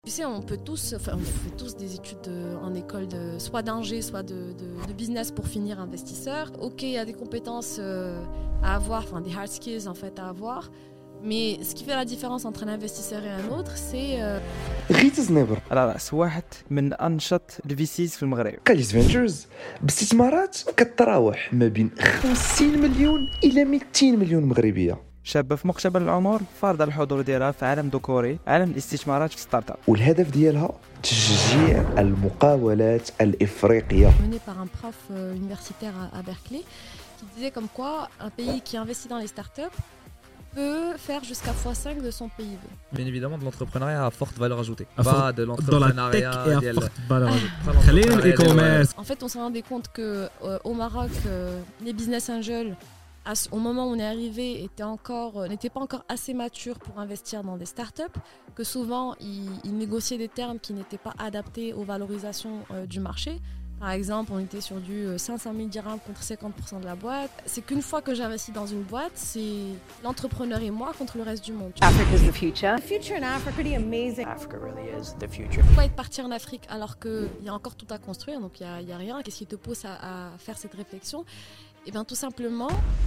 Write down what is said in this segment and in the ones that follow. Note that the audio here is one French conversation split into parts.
Tu sais, on fait tous des études en école, soit d'ingé, soit de business pour finir investisseur. Ok, il y a des compétences à avoir, enfin des hard skills en fait à avoir. Mais ce qui fait la différence entre un investisseur et un autre, c'est غيت زنيبر على رأس واحد من أنشط الفيسيز في المغرب. كاليس فينتشرز باستثمارات كتراوح ما بين 50 مليون إلى 200 مليون مغربية. شابة في مقتبل العمر فارضة الحضور ديالها في عالم ذكوري، عالم الاستثمارات في ستارت اب. والهدف ديالها تشجيع المقاولات الإفريقية. mené par un prof universitaire à Berkeley qui disait comme quoi un pays qui investit dans les startups peut faire jusqu'à x5 de son PIB. Bien évidemment, de l'entrepreneuriat à forte valeur ajoutée. Pas de l'entrepreneuriat à forte valeur ajoutée. En fait, on s'est rendu compte qu'au Maroc, les business angels, au moment où on est arrivé, n'étaient pas encore assez matures pour investir dans des startups, que souvent, ils négociaient des termes qui n'étaient pas adaptés aux valorisations du marché. Par exemple, on était sur du 500 000 dirhams contre 50% de la boîte. C'est qu'une fois que j'investis dans une boîte, c'est l'entrepreneur et moi contre le reste du monde. Africa is the future. The future in Africa is amazing. Africa really is the future. Pourquoi être parti en Afrique alors qu'il y a encore tout à construire, donc il n'y a rien. Qu'est-ce qui te pousse à faire cette réflexion? Eh bien, tout simplement...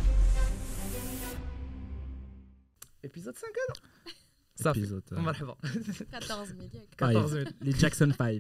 Épisode 5 ça épisode, مرحبا 14 000. 14 000. Les Jackson 5.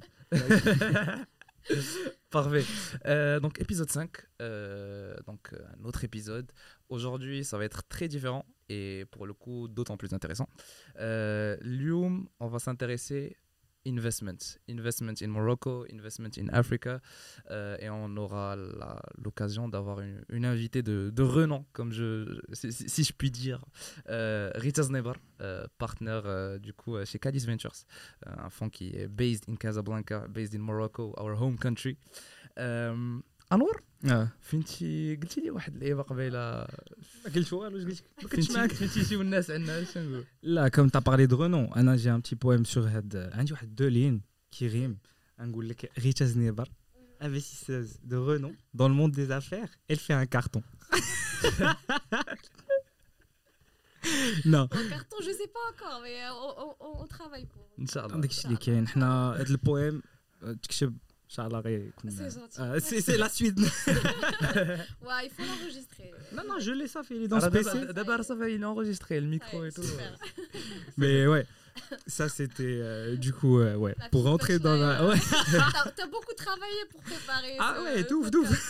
Parfait. Donc épisode 5, un autre épisode. Aujourd'hui, ça va être très différent et pour le coup, d'autant plus intéressant. L'IUM, on va s'intéresser investment in Morocco, investment in Africa, et on aura l'occasion d'avoir une invitée de renom, comme si je puis dire, Rita Znebar, partenaire du coup chez Cadiz Ventures, un fonds qui est based in Casablanca, based in Morocco, our home country. انور فهمتي قلتي لي واحد اللعيبه قبيله ما قلت والو قلت ما كنتش فهمتي معاك فهمتي والناس عندنا شنو نقول لا comme tu as parlé de renom انا j'ai un petit poème sur هاد عندي واحد deux lignes qui riment نقول لك Rita Znebar investisseuse de renom dans le monde des affaires elle fait un carton. Non Un carton, je sais pas encore, mais on travaille pour. ان شاء الله داكشي اللي كاين حنا هاد البويم تكتب ان شاء الله غير c'est la suite. Ouais, il faut l'enregistrer. Non, je l'ai ça fait, il est dans ce PC. D'abord, ça fait, il est enregistré, le micro Ouais, et tout. super. Mais ouais, ça c'était du coup, ouais, La pour petite rentrer dans la. punchline, Ouais. T'as beaucoup travaillé pour préparer. Ah ce ouais, douf.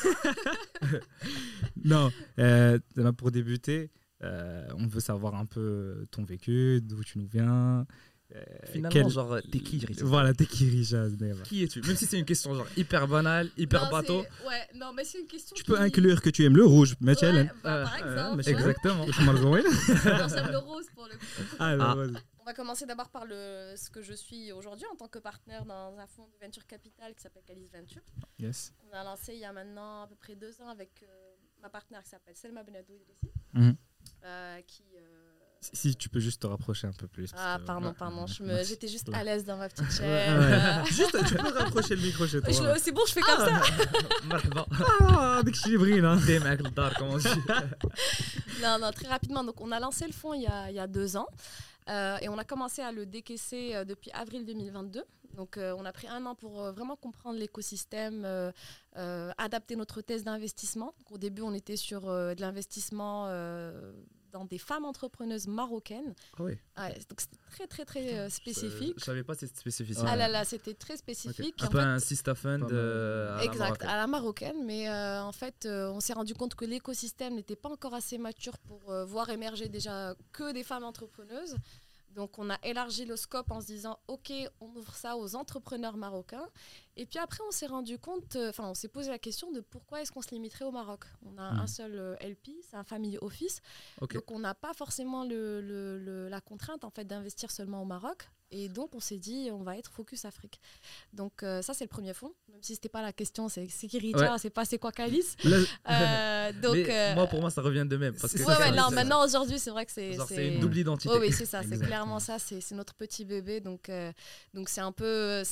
Non, pour débuter, on veut savoir un peu ton vécu, d'où tu nous viens. Finalement, genre, t'es qui, Rita? Voilà, t'es qui, Rita Znebar? Qui es-tu? Même si c'est une question genre hyper banale, hyper Non, bateau. Ouais, non, mais c'est une question. Tu peux inclure que tu aimes le rouge, مثلا. Ouais, par exemple. Exactement. Non, j'aime le rose pour le coup. Ah, vas-y. On va commencer d'abord par ce que je suis aujourd'hui en tant que partenaire dans un fonds de venture capital qui s'appelle Cadiz Venture. Yes. On a lancé il y a maintenant à peu près 2 ans avec ma partenaire qui s'appelle Selma Benadou Idrissi, qui... Si tu peux juste te rapprocher un peu plus. Ah, pardon, j'étais juste à l'aise dans ma petite Ouais. chair. Juste, tu peux rapprocher le micro chez toi. C'est bon, je fais comme ça. مرحبا. Ah, داكشي اللي بغينا. T'es معاك للدار, comment on dit. Non, très rapidement. Donc, on a lancé le fonds il y a 2 ans et on a commencé à le décaisser depuis avril 2022. Donc, on a pris 1 an pour vraiment comprendre l'écosystème, adapter notre thèse d'investissement. Donc, au début, on était sur de l'investissement dans des femmes entrepreneuses marocaines. Ah oui. Ouais, donc, c'était très spécifique. Je savais pas cette spécificité. Ah là, c'était très spécifique. Un peu un Sista Fund Exact, à la marocaine. Mais en fait, on s'est rendu compte que l'écosystème n'était pas encore assez mature pour voir émerger déjà que des femmes entrepreneuses. Donc, on a élargi le scope en se disant, OK, on ouvre ça aux entrepreneurs marocains. Et puis après, on s'est rendu compte, on s'est posé la question de pourquoi est-ce qu'on se limiterait au Maroc. On a un seul LP, c'est un family office. Okay. Donc, on n'a pas forcément la contrainte en fait, d'investir seulement au Maroc. Et donc, on s'est dit, on va être focus Afrique. Donc, ça, c'est le premier fonds. Même si ce n'était pas la question, c'est qui Rita, c'est quoi Calice. Donc, moi, pour moi, ça revient de même. Parce que non, maintenant, aujourd'hui, c'est vrai que c'est une double identité. Oui, c'est ça, c'est clairement ça, c'est notre petit bébé. Donc c'est un peu...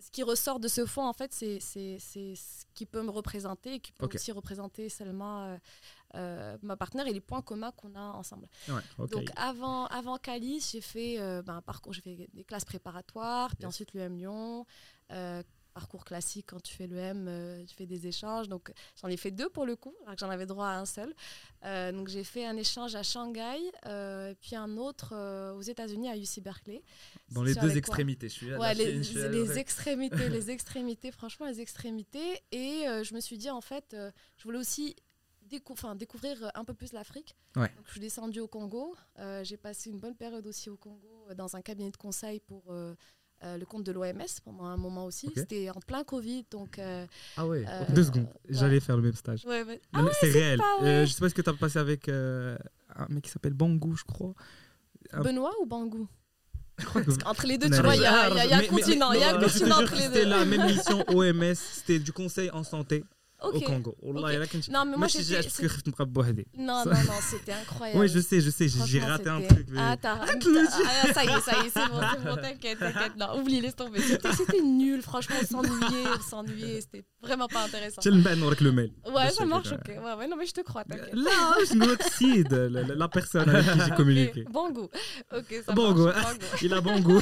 ce qui ressort de ce fond, en fait, c'est ce qui peut me représenter et qui peut Ok. aussi représenter Selma, ma partenaire, et les points communs qu'on a ensemble. Ok. Donc avant Calice, j'ai fait un parcours, j'ai fait des classes préparatoires, puis Yes. ensuite l'EM Lyon, parcours classique quand tu fais l'EM, tu fais des échanges. Donc j'en ai fait 2 pour le coup, alors que j'en avais droit à un seul. Donc j'ai fait un échange à Shanghai, puis un autre aux États-Unis à UC Berkeley. Dans C'est les sur deux les extrémités. Je suis à Ouais, la Chine, je suis à les l'Europe. extrémités, les extrémités, franchement, les extrémités. Et je me suis dit, en fait, je voulais aussi découvrir un peu plus l'Afrique. Ouais. Donc, je suis descendue au Congo. J'ai passé une bonne période aussi au Congo, dans un cabinet de conseil pour le compte de l'OMS pendant un moment aussi. Ok. C'était en plein Covid, donc... Ah ouais. Euh, 2 secondes, ouais. j'allais faire le même stage. Ouais, ouais. Non, mais c'est réel. pas vrai. Je sais pas ce que tu as passé avec un mec qui s'appelle Bangou, je crois. Benoît ou Bangou? Je crois que Parce qu'entre les deux, Non, tu vois, mais- il y a un mais- continent. Il y a un non, je te continent jure entre que les c'était deux. la même mission OMS, c'était du conseil en santé au Ok. Congo. والله إلا كنت- Non, mais moi, ماشي j'étais- جات فكرة خفت نبقى بوحدي. Non, non, c'était incroyable. Oui, je sais, j'ai Franchement, raté un c'était- truc. mais- Ah, ça y est, c'est bon, t'inquiète. Non, oublie, laisse tomber. C'était nul, franchement, on s'ennuyait, c'était vraiment pas intéressant. تشل من بعد نوريك le mail. Ouais, Je ça sais marche, que- ok. Ouais, non, mais je te crois, t'inquiète. Là, je nous exceed la personne avec qui j'ai communiqué. Ok, bon goût. Ok, ça Bon marche. goût. Bon goût. Il a bon goût.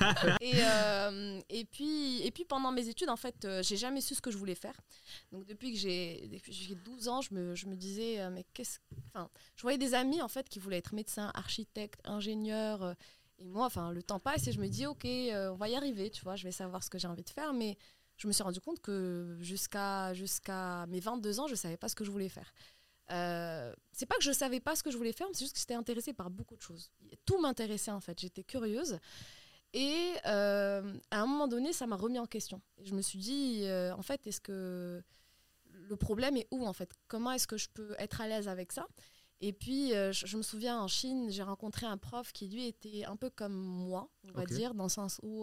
Et puis pendant mes études, en fait, j'ai jamais su ce que je voulais faire. Donc depuis que j'ai 12 ans, je me disais, mais je voyais des amis en fait qui voulaient être médecins, architectes, ingénieurs. Et moi, le temps passe et je me dis, ok, on va y arriver, tu vois, je vais savoir ce que j'ai envie de faire. Mais je me suis rendu compte que jusqu'à mes 22 ans, je savais pas ce que je voulais faire. C'est pas que je savais pas ce que je voulais faire, mais c'est juste que j'étais intéressée par beaucoup de choses. Tout m'intéressait en fait, j'étais curieuse. Et à un moment donné, ça m'a remis en question. Et je me suis dit, en fait, est-ce que le problème est où en fait? Comment est-ce que je peux être à l'aise avec ça? Et puis, je me souviens en Chine, j'ai rencontré un prof qui lui était un peu comme moi, on va Ok. dire, dans le sens où,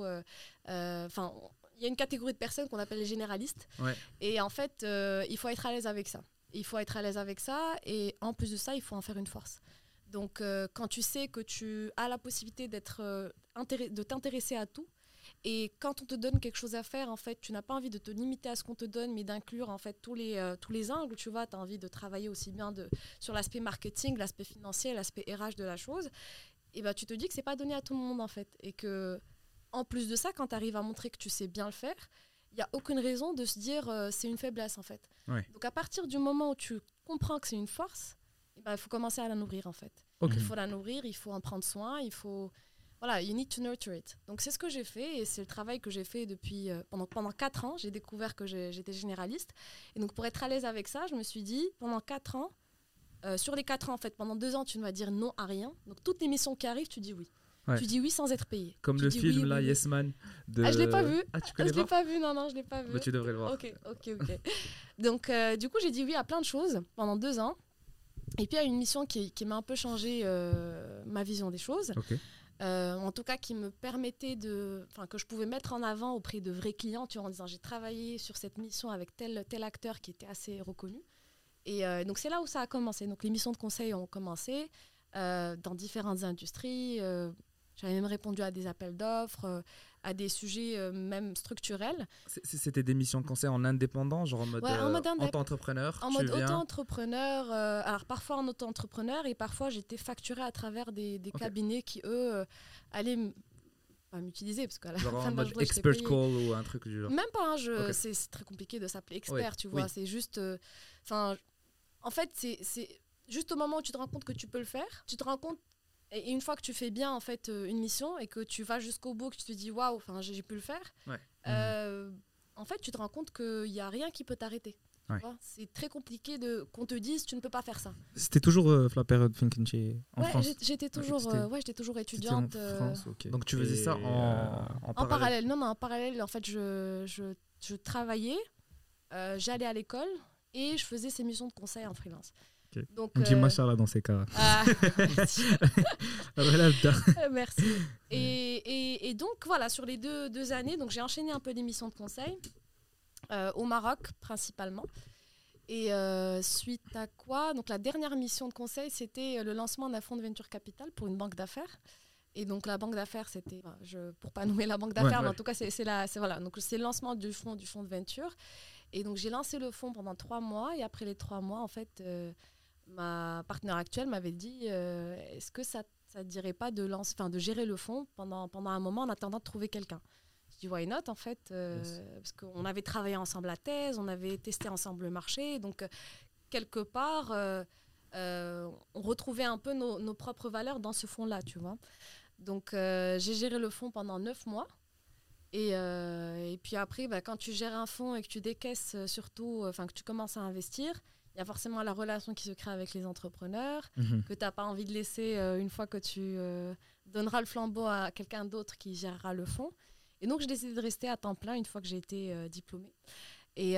il y a une catégorie de personnes qu'on appelle les généralistes. Ouais. Et en fait, il faut être à l'aise avec ça. Il faut être à l'aise avec ça, et en plus de ça, il faut en faire une force. Donc, quand tu sais que tu as la possibilité de t'intéresser à tout, et quand on te donne quelque chose à faire, en fait, tu n'as pas envie de te limiter à ce qu'on te donne, mais d'inclure en fait tous les angles. Tu vois, tu as envie de travailler aussi bien sur l'aspect marketing, l'aspect financier, l'aspect RH de la chose. Et ben, tu te dis que c'est pas donné à tout le monde en fait, et que en plus de ça, quand tu arrives à montrer que tu sais bien le faire, il n'y a aucune raison de se dire c'est une faiblesse en fait. Ouais. Donc à partir du moment où tu comprends que c'est une force, eh ben, il faut commencer à la nourrir en fait. Ok. Il faut la nourrir, il faut en prendre soin, il faut... Voilà, you need to nurture it. Donc c'est ce que j'ai fait, et c'est le travail que j'ai fait depuis pendant 4 ans. J'ai découvert que j'étais généraliste. Et donc pour être à l'aise avec ça, je me suis dit, pendant 4 ans, sur les 4 ans en fait, pendant 2 ans, tu ne vas dire non à rien. Donc toutes les missions qui arrivent, tu dis oui. Ouais. Tu dis oui sans être payé. Comme Tu le dis film oui, là, oui, oui. Yes Man. De... Ah, je l'ai pas vu. Ah, tu Je connais l'ai pas pas vu, non, je l'ai pas vu. Bah, tu devrais le voir. Ok. Donc, du coup, j'ai dit oui à plein de choses pendant 2 ans. Et puis, il y a une mission qui m'a un peu changé ma vision des choses. Ok. En tout cas, qui me permettait que je pouvais mettre en avant auprès de vrais clients, tu vois, en disant j'ai travaillé sur cette mission avec tel acteur qui était assez reconnu. Et donc, c'est là où ça a commencé. Donc, les missions de conseil ont commencé dans différentes industries. J'avais même répondu à des appels d'offres, à des sujets même structurels. C'était des missions de conseil en indépendant, genre en mode, Ouais, en mode indep. auto-entrepreneur. En tu mode viens... auto-entrepreneur, alors parfois en auto-entrepreneur, et parfois j'étais facturée à travers des Ok. cabinets qui, eux, allaient pas m'utiliser, parce qu'à la Genre fin en de la mode journée, j'étais expert payée. call ou un truc du genre. Même pas, Ok. c'est très compliqué de s'appeler expert, Ouais, tu vois, oui. c'est juste... en fait, c'est juste au moment où tu te rends compte que tu peux le faire, tu te rends compte, et une fois que tu fais bien en fait une mission, et que tu vas jusqu'au bout, que tu te dis waouh, j'ai pu le faire, Ouais. en fait, tu te rends compte qu'il n'y a rien qui peut t'arrêter. tu Ouais. vois. C'est très compliqué qu'on te dise tu ne peux pas faire ça. C'était toujours la période Finkenchi en Ouais, France. j'étais toujours, j'étais toujours C'était étudiante. en France, ok. Donc tu faisais ça en En parallèle, non, en parallèle, en fait, je travaillais, j'allais à l'école et je faisais ces missions de conseil en freelance. Ok. Donc, On dit machallah dans ces cas. ah, merci. Voilà, putain. Merci. Et donc, voilà, sur les deux années, donc, j'ai enchaîné un peu des missions de conseil, au Maroc principalement. Et suite à quoi, donc la dernière mission de conseil, c'était le lancement d'un fonds de venture capital pour une banque d'affaires. Et donc la banque d'affaires, c'était, pour pas nommer la banque d'affaires, mais en tout cas voilà, donc c'est le lancement du fonds de venture. Et donc j'ai lancé le fonds pendant 3 mois, et après les 3 mois, en fait, ma partenaire actuelle m'avait dit, est-ce que ça te dirait pas de gérer le fonds pendant un moment en attendant de trouver quelqu'un. Je dis why not en fait, parce qu'on avait travaillé ensemble la thèse, on avait testé ensemble le marché, donc quelque part on retrouvait un peu nos propres valeurs dans ce fonds-là, tu vois. Donc j'ai géré le fonds pendant 9 mois. Et puis après, quand tu gères un fonds et que tu décaisses surtout, que tu commences à investir, il y a forcément la relation qui se crée avec les entrepreneurs, que tu n'as pas envie de laisser une fois que tu donneras le flambeau à quelqu'un d'autre qui gérera le fonds. Et donc, j'ai décidé de rester à temps plein une fois que j'ai été diplômée. Et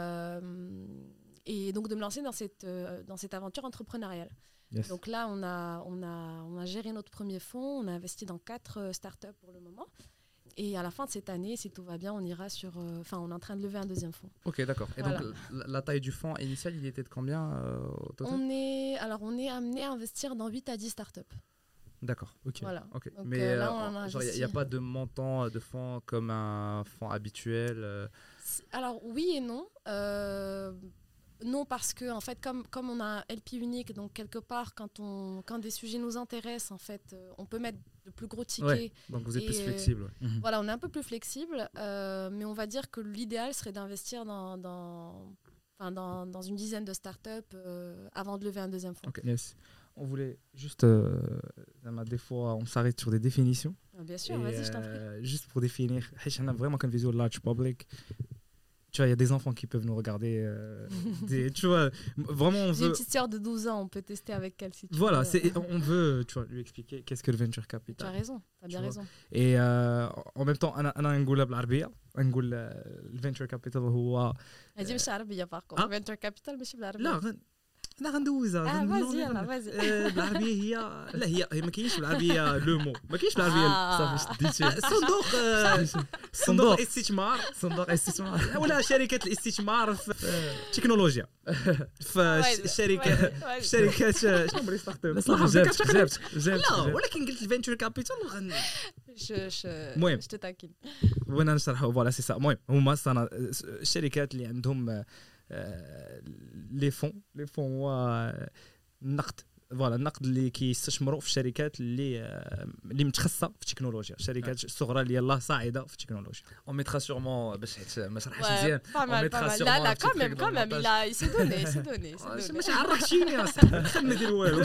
donc, de me lancer dans cette aventure entrepreneuriale. Yes. Donc là, on a géré notre premier fonds, on a investi dans 4 startups pour le moment. Et à la fin de cette année, si tout va bien, on ira on est en train de lever un deuxième fonds. Ok, d'accord. Et voilà. donc, la taille du fonds initial, il était de combien au total ? On est amené à investir dans 8 à 10 startups. D'accord. Ok. Voilà. Okay. Donc, mais là, on il n'y a pas de montant de fonds comme un fonds habituel Alors, oui et non. Non, parce que en fait, comme on a un LP unique, donc quelque part, quand des sujets nous intéressent, en fait, on peut mettre de plus gros tickets. Ouais, donc vous êtes plus flexible. Ouais. Voilà, on est un peu plus flexible, mais on va dire que l'idéal serait d'investir dans une dizaine de startups avant de lever un deuxième fonds. Okay. Yes. On voulait juste, des fois, on s'arrête sur des définitions. Bien sûr, vas-y, je t'en prie. Juste pour définir, on a vraiment comme vision large public. Tu vois, il y a des enfants qui peuvent nous regarder. Tu vois, vraiment, on veut... J'ai une petite sœur de 12 ans, on peut tester avec elle si tu voilà, veux. On veut, tu vois, lui expliquer qu'est-ce que le venture capital. Tu as raison, tu as bien raison. Et en même temps, أنا نقولها بالعربية، نقول الفينتشر كابيتال هو هذه مش عربية par contre. Venture capital ماشي بالعربية. لا انا غندوزها. فازي يلا فازي. بالعربيه هي ما كاينش بالعربيه لو مو، ما كاينش بالعربيه. صافي شديتي. صندوق استثمار ولا شركه الاستثمار في التكنولوجيا، في شركات شنو بغيت ستارت جبت. لا ولكن قلت الفينتشر كابيتال المهم je te taquine. وانا نشرحوا فوالا سي سا. المهم هما الشركات اللي عندهم لي فون هو النقد، فوالا النقد اللي كيستثمروا في الشركات اللي متخصصه في التكنولوجيا، الشركات الصغرى اللي يلاه صاعده في التكنولوجيا. On mettra sûrement باش ما شرحش مزيان. Pas mal. لا quand même il s'est donné. ماشي عرفتيني خدمه ديال والو.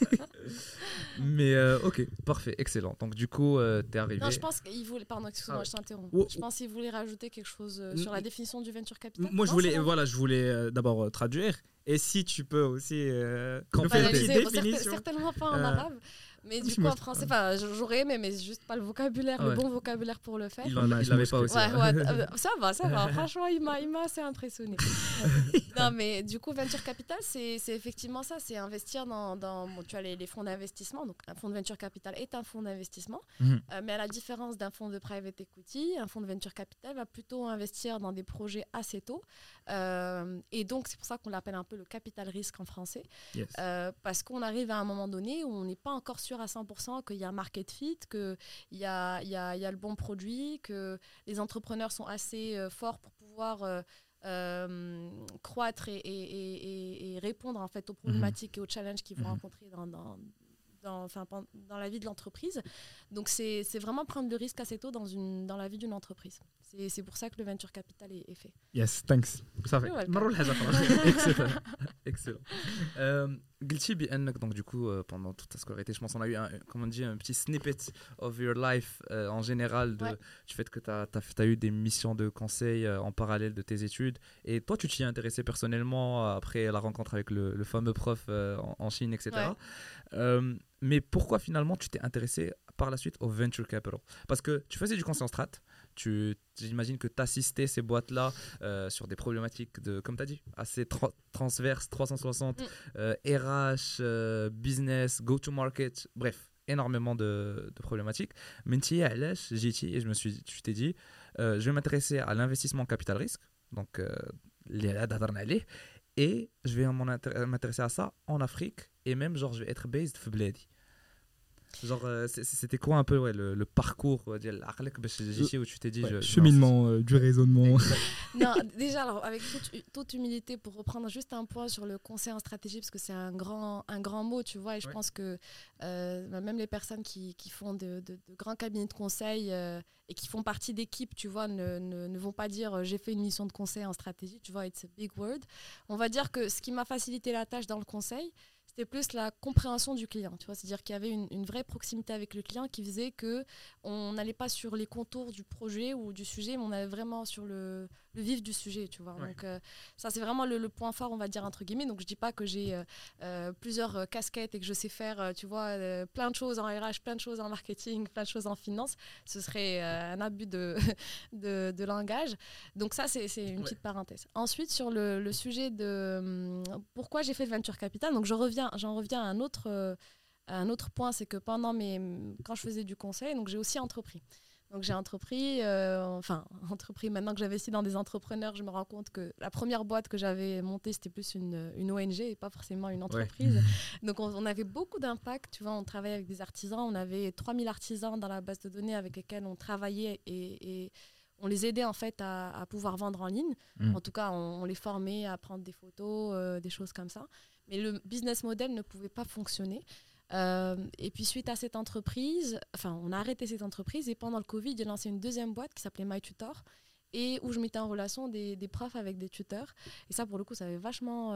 Mais ok, parfait, excellent. Donc du coup, t'es arrivé. Non, je pense qu'il voulait. Pardon, excuse-moi, je t'interromps. Je pense qu'il voulait rajouter quelque chose sur la définition du venture capital. Moi, je voulais d'abord traduire. Et si tu peux aussi faire une petite définition. Certainement pas en arabe, mais du coup en français. Enfin, j'aurais aimé, mais juste pas le vocabulaire, le bon vocabulaire pour le faire. Il l'avait pas aussi. Ouais, ça va. Franchement, il m'a assez impressionné. Non, mais du coup, venture capital, c'est effectivement ça. C'est investir dans tu as les fonds d'investissement. Donc, un fonds de venture capital est un fonds d'investissement, mais à la différence d'un fonds de private equity, un fonds de venture capital va plutôt investir dans des projets assez tôt. Et donc, c'est pour ça qu'on l'appelle un peu le capital risque en français. Yes. Parce qu'on arrive à un moment donné où on n'est pas encore sûr à 100% qu'il y a un market fit, qu'il y a le bon produit, que les entrepreneurs sont assez forts pour pouvoir croître et répondre en fait aux problématiques et aux challenges qu'ils vont rencontrer dans la vie de l'entreprise. Donc c'est vraiment prendre le risque assez tôt dans la vie d'une entreprise. C'est pour ça que le venture capital est fait. Yes, thanks. Ça fait. مروا الحاجة خلاص. Excellent. قلتي بأنك donc du coup pendant toute ta scolarité, je pense on a eu un petit snippet of your life en général du fait que tu as eu des missions de conseil en parallèle de tes études, et toi tu t'y es intéressé personnellement après la rencontre avec le fameux prof en Chine, etc. Mais pourquoi finalement tu t'es intéressé par la suite au venture capital? Parce que tu faisais du conseil en strat. J'imagine que tu assistais ces boîtes-là sur des problématiques comme tu as dit, assez transverses, 360, RH, business, go-to-market, bref, énormément de problématiques. Mais tu tu t'es dit, je vais m'intéresser à l'investissement en capital risque, donc et je vais m'intéresser à ça en Afrique, et même genre je vais être based في بلادي. Genre, c'était quoi un peu le parcours où tu t'es dit... cheminement du raisonnement. Non, déjà, alors, avec toute humilité, pour reprendre juste un point sur le conseil en stratégie, parce que c'est un grand mot, tu vois, et je pense que même les personnes qui font de grands cabinets de conseil et qui font partie d'équipes, tu vois, ne vont pas dire j'ai fait une mission de conseil en stratégie, tu vois, it's a big word. On va dire que ce qui m'a facilité la tâche dans le conseil, c'était plus la compréhension du client, tu vois, c'est-à-dire qu'il y avait une vraie proximité avec le client qui faisait qu'on n'allait pas sur les contours du projet ou du sujet, mais on allait vraiment sur le vif du sujet, tu vois. Ouais. Donc ça, c'est vraiment le point fort, on va dire, entre guillemets. Donc je dis pas que j'ai plusieurs casquettes et que je sais faire, tu vois, plein de choses en RH, plein de choses en marketing, plein de choses en finance. Ce serait un abus de langage. Donc ça, c'est une petite parenthèse. Ensuite, sur le sujet de pourquoi j'ai fait le venture capital, donc j'en reviens à un autre point, c'est que quand je faisais du conseil, donc j'ai aussi entrepris. Donc j'ai entrepris, maintenant que j'investis dans des entrepreneurs, je me rends compte que la première boîte que j'avais montée, c'était plus une ONG et pas forcément une entreprise. Ouais. Donc on avait beaucoup d'impact, tu vois, on travaillait avec des artisans, on avait 3000 artisans dans la base de données avec lesquels on travaillait et on les aidait en fait à pouvoir vendre en ligne. En tout cas, on les formait à prendre des photos, des choses comme ça. Mais le business model ne pouvait pas fonctionner. Et puis suite à cette entreprise, on a arrêté cette entreprise et pendant le Covid, j'ai lancé une deuxième boîte qui s'appelait MyTutor et où je mettais en relation des profs avec des tuteurs. Et ça, pour le coup, ça avait vachement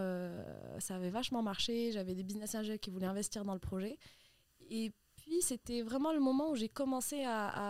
marché. J'avais des business angels qui voulaient investir dans le projet. Et puis, c'était vraiment le moment où j'ai commencé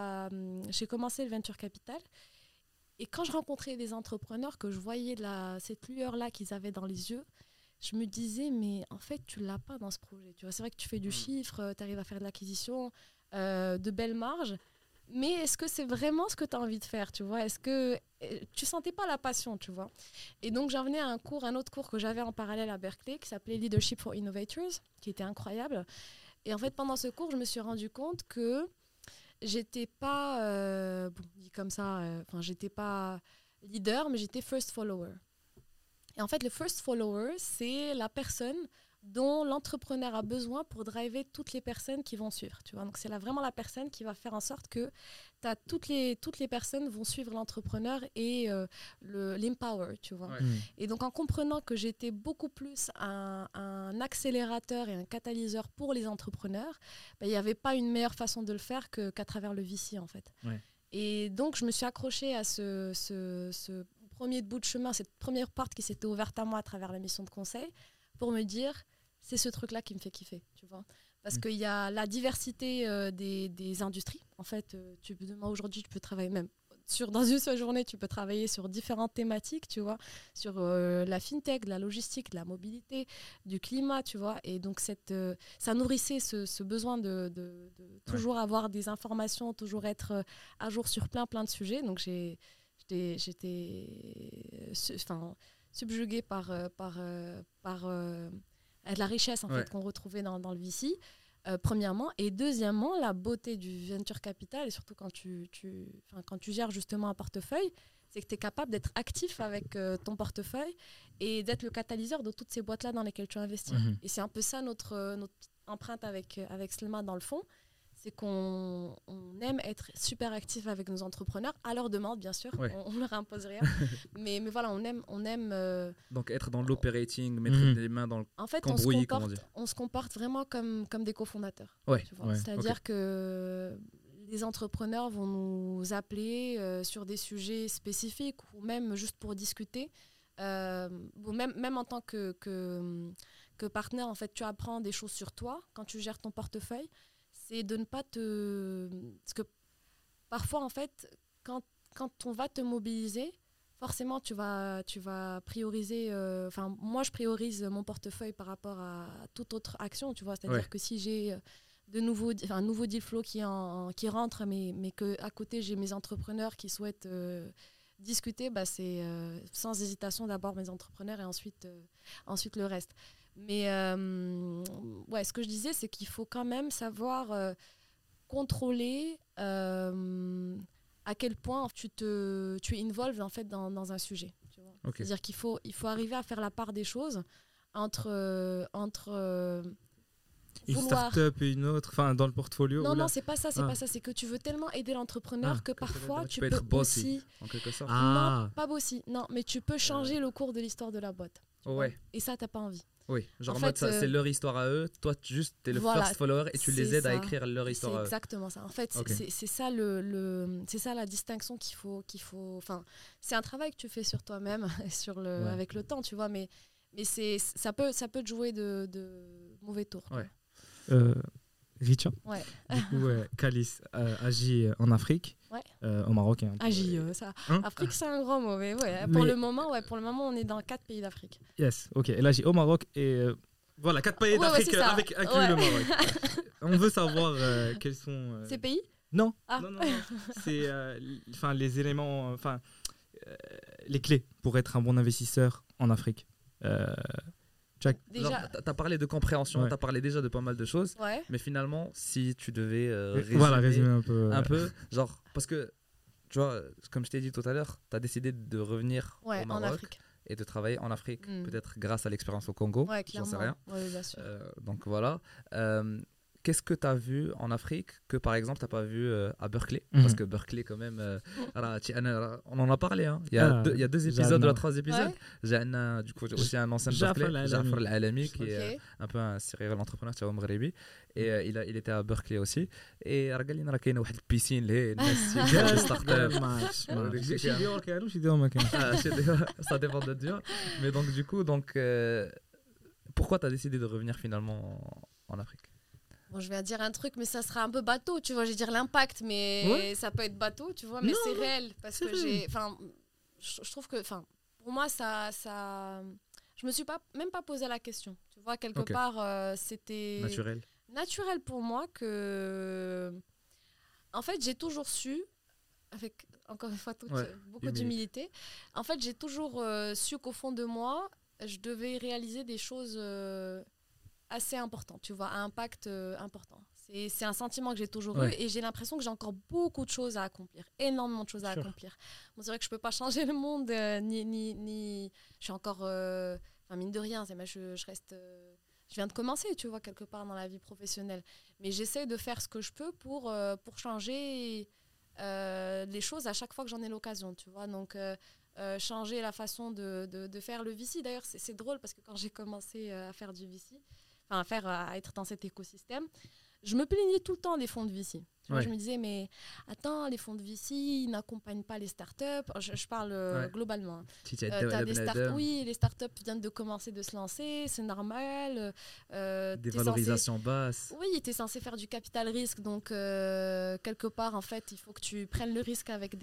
le venture capital. Et quand je rencontrais des entrepreneurs, que je voyais cette lueur-là qu'ils avaient dans les yeux, je me disais, mais en fait, tu ne l'as pas dans ce projet. Tu vois, c'est vrai que tu fais du chiffre, tu arrives à faire de l'acquisition, de belles marges, mais est-ce que c'est vraiment ce que tu as envie de faire, tu vois? Est-ce que tu ne sentais pas la passion, tu vois? Et donc, j'en venais à un autre cours que j'avais en parallèle à Berkeley, qui s'appelait Leadership for Innovators, qui était incroyable. Et en fait, pendant ce cours, je me suis rendu compte que j'étais pas, dit comme ça, j'étais pas leader, mais j'étais first follower. Et en fait, le first follower, c'est la personne dont l'entrepreneur a besoin pour driver toutes les personnes qui vont suivre. Tu vois? Donc, c'est vraiment la personne qui va faire en sorte que toutes les personnes vont suivre l'entrepreneur et l'empower. Tu vois? Ouais. Et donc, en comprenant que j'étais beaucoup plus un accélérateur et un catalyseur pour les entrepreneurs, il n'y avait pas une meilleure façon de le faire qu'à travers le VC, en fait. Ouais. Et donc, je me suis accrochée à ce premier bout de chemin, cette première porte qui s'était ouverte à moi à travers la mission de conseil, pour me dire, c'est ce truc-là qui me fait kiffer, tu vois. Parce qu'il y a la diversité des industries. En fait, aujourd'hui, tu peux travailler même dans une seule journée, tu peux travailler sur différentes thématiques, tu vois, sur la fintech, la logistique, la mobilité, du climat, tu vois. Et donc, ça nourrissait ce besoin de toujours avoir des informations, toujours être à jour sur plein de sujets. Donc, j'étais subjuguée par la richesse en fait, qu'on retrouvait dans le VC, premièrement. Et deuxièmement, la beauté du venture capital, et surtout quand tu gères justement un portefeuille, c'est que tu es capable d'être actif avec ton portefeuille et d'être le catalyseur de toutes ces boîtes-là dans lesquelles tu investis. Et c'est un peu ça notre empreinte avec Slema dans le fond. C'est qu'on aime être super actif avec nos entrepreneurs, à leur demande, bien sûr. Ouais. On ne leur impose rien. mais voilà, on aime donc être dans l'operating, mettre les mains dans le cambouis, comment dire. On se comporte vraiment comme des cofondateurs. Ouais. Tu vois. C'est-à-dire que les entrepreneurs vont nous appeler sur des sujets spécifiques ou même juste pour discuter. Même en tant que partenaire, en fait, tu apprends des choses sur toi quand tu gères ton portefeuille. C'est de ne pas parce que parfois, en fait, quand on va te mobiliser, forcément, tu vas prioriser... moi, je priorise mon portefeuille par rapport à toute autre action, tu vois. C'est-à-dire que si j'ai un nouveau deal flow qui rentre, mais qu'à côté, j'ai mes entrepreneurs qui souhaitent discuter, c'est sans hésitation d'abord mes entrepreneurs et ensuite le reste. Mais ce que je disais, c'est qu'il faut quand même savoir contrôler à quel point tu es involved en fait dans un sujet. Tu vois. Okay. C'est-à-dire qu'il faut arriver à faire la part des choses entre Une start-up et une autre, enfin dans le portfolio. Non, c'est pas ça, c'est que tu veux tellement aider l'entrepreneur que parfois tu peux être bossy, aussi. en quelque sorte. Non, pas bossy, non, mais tu peux changer le cours de l'histoire de la boîte. Ouais. Et ça, t'as pas envie. Oui, genre en en mode fait, c'est leur histoire à eux, toi juste t'es le first follower et tu les aides à écrire leur histoire à eux. C'est exactement ça. En fait, Okay. c'est ça c'est ça la distinction qu'il faut. Enfin, c'est un travail que tu fais sur toi-même, avec le temps, tu vois. Mais ça peut te jouer de mauvais tours. Ouais. Richa. Ouais. Du coup, Calis agit en Afrique, au Maroc. Agit, ça. Afrique, c'est un grand mot, mais pour le moment, on est dans 4 pays d'Afrique. Yes, ok. Elle agit au Maroc et voilà, 4 pays d'Afrique avec inclus le Maroc. On veut savoir quels sont. Ces pays ? Non. Ah. Non. C'est les éléments, les clés pour être un bon investisseur en Afrique. Déjà, t'as parlé de compréhension, t'as parlé déjà de pas mal de choses, mais finalement, si tu devais résumer un peu, genre, parce que, tu vois, comme je t'ai dit tout à l'heure, t'as décidé de revenir au Maroc et de travailler en Afrique, peut-être grâce à l'expérience au Congo, j'en sais rien. Bien sûr. Donc voilà. Qu'est-ce que tu as vu en Afrique que par exemple tu n'as pas vu à Berkeley? Parce que Berkeley quand même, on en a parlé, hein. Il y a 2 épisodes, ou 3 épisodes. J'ai du coup aussi un ancien de Berkeley, Jafar Al-Alami, qui est un peu un serial entrepreneur, tu vois, Mghribi. Et il était à Berkeley aussi. Et il y a une piscine, ça dépend de Dieu. Mais donc du coup, pourquoi tu as décidé de revenir finalement en Afrique? Bon, je vais dire un truc, mais ça sera un peu bateau, tu vois. Je vais dire l'impact, mais ça peut être bateau, tu vois. Mais c'est réel, parce que je trouve que, pour moi, ça, je me suis même pas posé la question. Tu vois, quelque part, c'était naturel pour moi que, en fait, j'ai toujours su, avec encore une fois beaucoup d'humilité. En fait, j'ai toujours su qu'au fond de moi, je devais réaliser des choses assez important, tu vois, à impact important. C'est un sentiment que j'ai toujours eu et j'ai l'impression que j'ai encore beaucoup de choses à accomplir, énormément de choses à accomplir. Bon, c'est vrai que je peux pas changer le monde, ni je suis encore, mine de rien, je reste, je viens de commencer, tu vois, quelque part dans la vie professionnelle. Mais j'essaie de faire ce que je peux pour changer les choses à chaque fois que j'en ai l'occasion, tu vois. Donc, changer la façon de faire le VC. D'ailleurs, c'est drôle parce que quand j'ai commencé à faire du VC, à être dans cet écosystème, je me plaignais tout le temps des fonds de VC. Tu vois, je me disais, mais attends, les fonds de VC, ils n'accompagnent pas les startups. Je parle globalement. T'as des les startups viennent de commencer de se lancer, c'est normal. Des valorisations basses. Oui, tu es censé faire du capital risque, donc quelque part, en fait, il faut que tu prennes le risque avec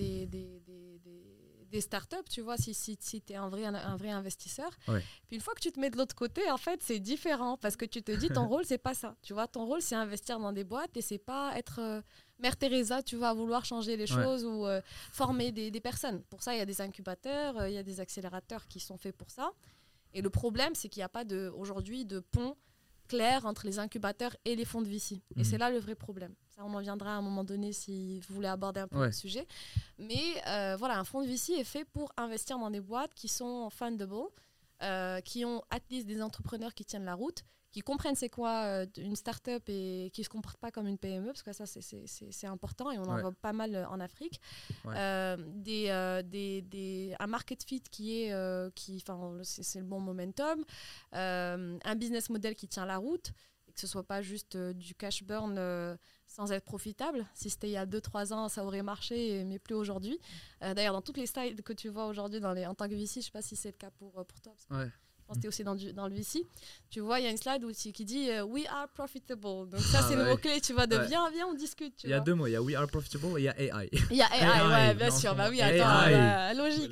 des startups, tu vois, si tu es un vrai investisseur. Puis une fois que tu te mets de l'autre côté, en fait, c'est différent parce que tu te dis, ton rôle, c'est pas ça. Tu vois, ton rôle, c'est investir dans des boîtes et c'est pas être Mère Teresa, tu vas vouloir changer les choses ou former des personnes. Pour ça, il y a des incubateurs, il y a des accélérateurs qui sont faits pour ça. Et le problème, c'est qu'il n'y a pas aujourd'hui de pont clair entre les incubateurs et les fonds de VC. Et c'est là le vrai problème. Ça, on en viendra à un moment donné si vous voulez aborder un peu le sujet. Mais un fonds de VC est fait pour investir dans des boîtes qui sont fundable, qui ont at least des entrepreneurs qui tiennent la route, qui comprennent c'est quoi une start-up et qui ne se comportent pas comme une PME, parce que ça, c'est important et on en voit pas mal en Afrique. Un market fit c'est le bon momentum, un business model qui tient la route, et que ce ne soit pas juste du cash burn sans être profitable. Si c'était il y a 2-3 ans, ça aurait marché, mais plus aujourd'hui. D'ailleurs, dans toutes les slides que tu vois aujourd'hui en tant que VC, je ne sais pas si c'est le cas pour toi. Je pense que tu es aussi dans le VC. Tu vois, il y a une slide qui dit We are profitable. Donc ça, c'est le mot-clé, tu vois, de viens, on discute. Il y a 2 mots, il y a We are profitable et il y a AI. Il y a AI, bien sûr. Bah oui, attends, logique.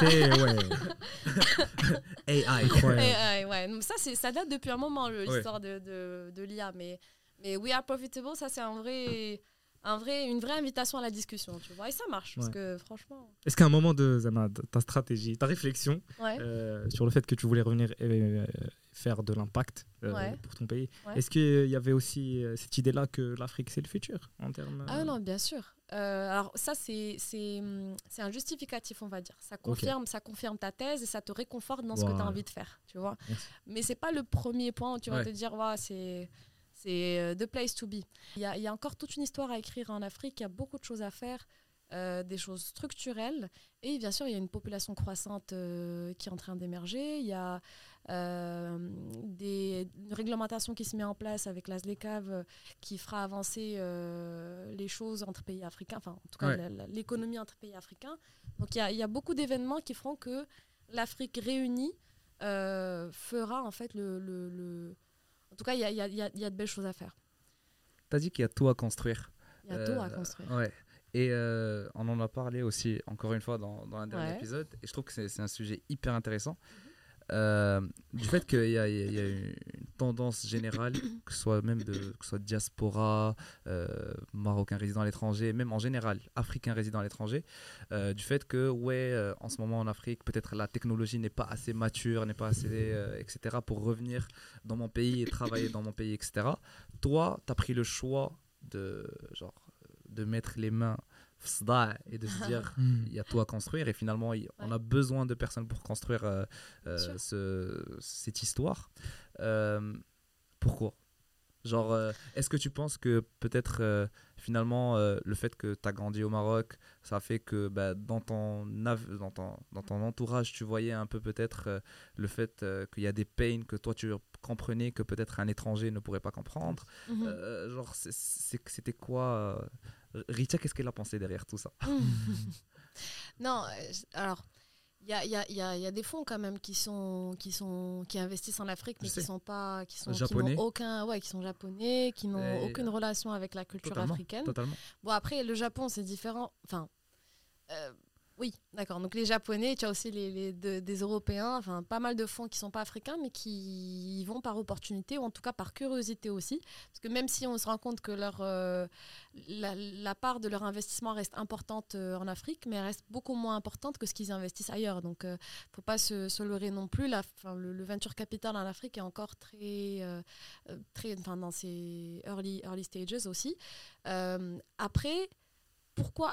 AI, ouais. Donc ça date depuis un moment, l'histoire de l'IA. Mais We are profitable, ça, c'est une vraie invitation à la discussion, tu vois, et ça marche parce que franchement. Est-ce qu'à un moment de ta stratégie, ta réflexion sur le fait que tu voulais revenir faire de l'impact pour ton pays, est-ce qu'il y avait aussi cette idée-là que l'Afrique c'est le futur en termes non, bien sûr. Alors ça c'est un justificatif, on va dire. Ça confirme ta thèse et ça te réconforte dans ce que tu as envie de faire, tu vois. Mais c'est pas le premier point où tu vas te dire c'est c'est the place to be. Il y a encore toute une histoire à écrire en Afrique, il y a beaucoup de choses à faire, des choses structurelles. Et bien sûr, il y a une population croissante qui est en train d'émerger. Il y a une réglementation qui se met en place avec la ZLECAf qui fera avancer les choses entre pays africains, enfin en tout cas l'économie entre pays africains. Donc il y a beaucoup d'événements qui feront que l'Afrique réunie fera en fait En tout cas, il y a de belles choses à faire. Tu as dit qu'il y a tout à construire. Il y a tout à construire. Ouais. Et on en a parlé aussi, encore une fois, dans un dernier épisode. Et je trouve que c'est un sujet hyper intéressant. Du fait qu'il y a une tendance générale, que ce soit même que ce soit diaspora, marocain résident à l'étranger, même en général, africain résident à l'étranger, du fait que, en ce moment en Afrique, peut-être la technologie n'est pas assez mature, n'est pas assez, etc., pour revenir dans mon pays et travailler dans mon pays, etc. Toi, tu as pris le choix de mettre les mains et de se dire il y a tout à construire et finalement on a besoin de personnes pour construire cette histoire. Pourquoi? Est-ce que tu penses que peut-être finalement le fait que tu as grandi au Maroc, ça fait que dans ton entourage tu voyais un peu peut-être le fait qu'il y a des pains que toi tu comprenais que peut-être un étranger ne pourrait pas comprendre. C'était quoi Richa, qu'est-ce qu'elle a pensé derrière tout ça? Non, alors il y a des fonds quand même qui investissent en Afrique mais qui sont japonais. Qui sont japonais, qui n'ont aucune relation avec la culture africaine. Totalement. Bon, après le Japon c'est différent, enfin oui, d'accord. Donc les Japonais, tu as aussi des Européens, enfin pas mal de fonds qui sont pas africains, mais qui y vont par opportunité ou en tout cas par curiosité aussi. Parce que même si on se rend compte que la part de leur investissement reste importante en Afrique, mais elle reste beaucoup moins importante que ce qu'ils investissent ailleurs. Donc faut pas se leurrer non plus. Le venture capital en Afrique est encore très dans ses early stages aussi. Après. Pourquoi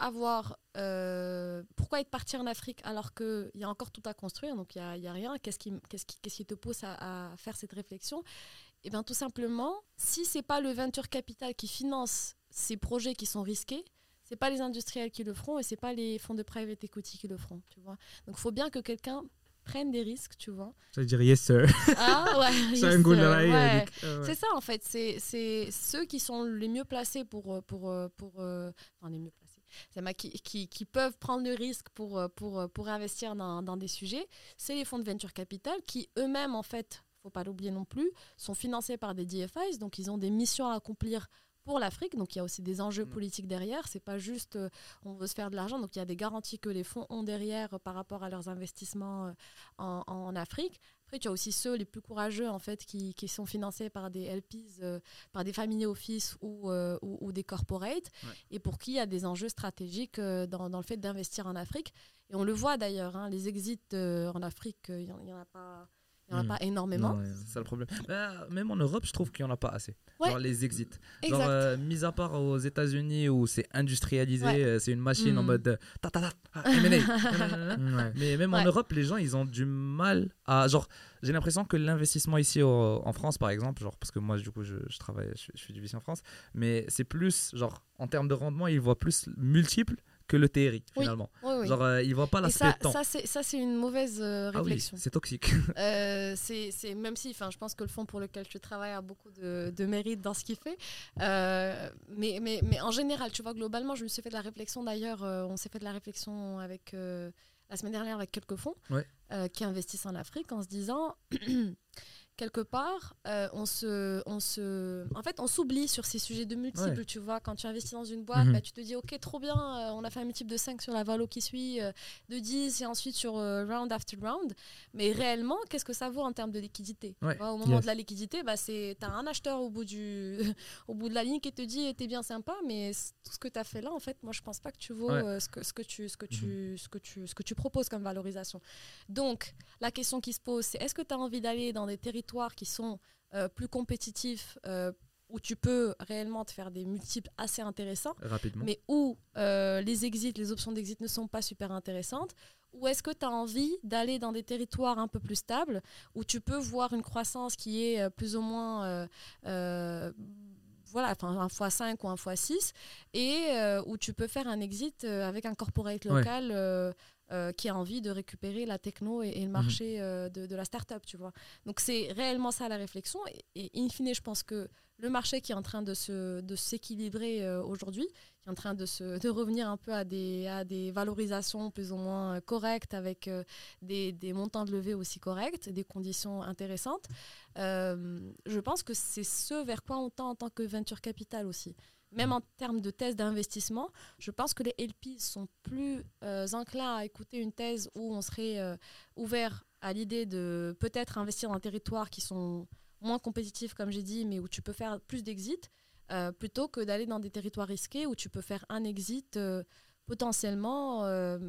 être parti en Afrique alors qu'il y a encore tout à construire, donc il n'y a rien. Qu'est-ce qui te pousse à faire cette réflexion? Eh bien, tout simplement, si ce n'est pas le venture capital qui finance ces projets qui sont risqués, ce n'est pas les industriels qui le feront et ce n'est pas les fonds de private equity qui le feront. Tu vois. Donc, il faut bien que quelqu'un prenne des risques, tu vois. Ça veut dire yes sir. Ah ouais, yes sir. Ouais. C'est ça en fait, c'est ceux qui sont les mieux placés pour les mieux placés. Qui peuvent prendre le risque pour investir dans des sujets, c'est les fonds de venture capital qui eux-mêmes en fait, faut pas l'oublier non plus, sont financés par des DFIs, donc ils ont des missions à accomplir pour l'Afrique, donc il y a aussi des enjeux politiques derrière, c'est pas juste on veut se faire de l'argent, donc il y a des garanties que les fonds ont derrière par rapport à leurs investissements en Afrique. Après tu as aussi ceux les plus courageux en fait qui sont financés par des LPs, par des family office ou des corporates, et pour qui il y a des enjeux stratégiques dans le fait d'investir en Afrique. Et on le voit d'ailleurs, hein, les exits en Afrique, il y en a pas. Il n'y en a pas énormément. Non, c'est ça le problème. Même en Europe, je trouve qu'il n'y en a pas assez. Ouais. Genre les exits. Genre, mis à part aux États-Unis où c'est industrialisé, c'est une machine en mode M&A. Mais même en Europe, les gens, ils ont du mal à. Genre, j'ai l'impression que l'investissement ici en France, par exemple, genre, parce que moi, du coup, je travaille, je fais du VC en France, mais c'est plus, genre, en termes de rendement, ils voient plus multiples que le TRI finalement. Oui. Genre il voit pas l'aspect de temps. Ça c'est une mauvaise réflexion. C'est toxique. C'est même si je pense que le fonds pour lequel tu travailles a beaucoup de mérite dans ce qu'il fait. Mais en général, tu vois, globalement, je me suis fait de la réflexion d'ailleurs, on s'est fait de la réflexion avec la semaine dernière avec quelques fonds qui investissent en Afrique en se disant quelque part, en fait, on s'oublie sur ces sujets de multiples, tu vois. Quand tu investis dans une boîte, tu te dis, ok, trop bien, on a fait un multiple de 5 sur la valo qui suit, de 10 et ensuite sur round after round. Mais réellement, qu'est-ce que ça vaut en termes de liquidité? Au moment de la liquidité, tu as un acheteur au bout de la ligne qui te dit, t'es bien sympa, mais tout ce que tu as fait là, en fait, moi, je pense pas que tu vaux ce que tu proposes comme valorisation. Donc, la question qui se pose, c'est est-ce que tu as envie d'aller dans des territoires qui sont plus compétitifs où tu peux réellement te faire des multiples assez intéressants, Rapidement. mais où les options d'exit ne sont pas super intéressantes? Ou est-ce que tu as envie d'aller dans des territoires un peu plus stables, où tu peux voir une croissance qui est plus ou moins un x5 ou un x6, et où tu peux faire un exit avec un corporate local qui a envie de récupérer la techno et le marché de la start-up, tu vois. Donc c'est réellement ça la réflexion. Et in fine, je pense que le marché qui est en train de s'équilibrer aujourd'hui, qui est en train de revenir un peu à des valorisations plus ou moins correctes, avec des montants de levée aussi corrects, des conditions intéressantes, je pense que c'est ce vers quoi on tend en tant que venture capital aussi. Même en termes de thèse d'investissement, je pense que les LPs sont plus enclins à écouter une thèse où on serait ouvert à l'idée de peut-être investir dans des territoires qui sont moins compétitifs, comme j'ai dit, mais où tu peux faire plus d'exit, plutôt que d'aller dans des territoires risqués où tu peux faire un exit potentiellement,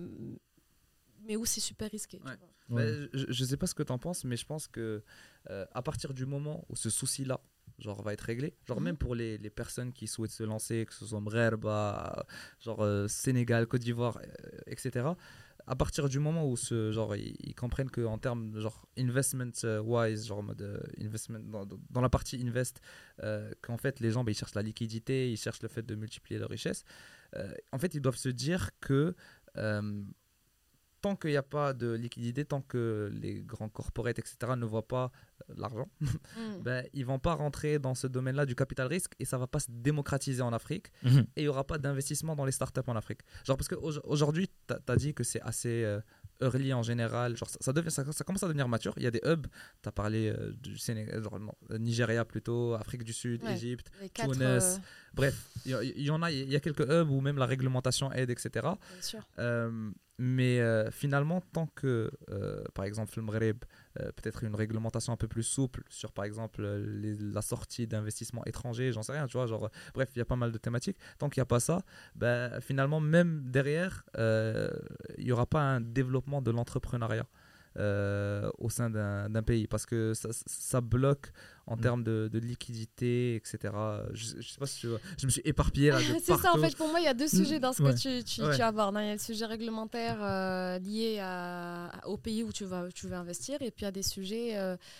mais où c'est super risqué. Ouais. Tu vois. Je sais pas ce que tu en penses, mais je pense que à partir du moment où ce souci-là va être réglé, même pour les personnes qui souhaitent se lancer, que ce soit Mrerba, Sénégal, Côte d'Ivoire, etc. À partir du moment où ils comprennent qu'en termes investment wise, investment dans la partie invest, qu'en fait les gens ils cherchent la liquidité, ils cherchent le fait de multiplier leur richesse, en fait ils doivent se dire que tant qu'il n'y a pas de liquidité, tant que les grands corporates, etc., ne voient pas l'argent, ils ne vont pas rentrer dans ce domaine-là du capital risque, et ça ne va pas se démocratiser en Afrique, et il n'y aura pas d'investissement dans les startups en Afrique. Parce qu'aujourd'hui, tu as dit que c'est assez early en général, ça commence à devenir mature. Il y a des hubs, tu as parlé du Sénégal, Nigeria plutôt, Afrique du Sud, Égypte, Tunis. Bref, il y a quelques hubs où même la réglementation aide, etc. Bien sûr. Mais finalement, tant que, par exemple, le Maghreb, peut-être une réglementation un peu plus souple sur, par exemple, la sortie d'investissements étrangers, j'en sais rien, tu vois, bref, il y a pas mal de thématiques. Tant qu'il n'y a pas ça, finalement, même derrière, il n'y aura pas un développement de l'entrepreneuriat au sein d'un pays, parce que ça bloque en termes de liquidité, etc. Je sais pas si tu vois, je me suis éparpillé là de c'est partout. ça, en fait, pour moi, il y a deux sujets dans ce que tu abordes. Il y a le sujet réglementaire lié au pays où tu veux investir, et puis il y a des sujets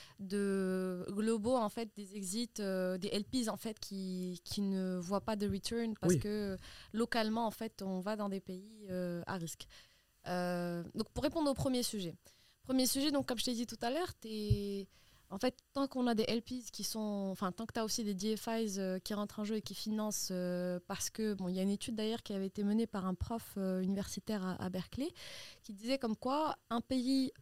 globaux, en fait, des exits, des LPs, en fait, qui ne voient pas de return, parce que localement, en fait, on va dans des pays à risque. Donc, pour répondre au premier sujet, donc, comme je t'ai dit tout à l'heure, en fait, tant qu'on a des LPs tant que tu as aussi des DFIs qui rentrent en jeu et qui financent, parce que, il y a une étude d'ailleurs qui avait été menée par un prof universitaire à Berkeley, qui disait comme quoi un pays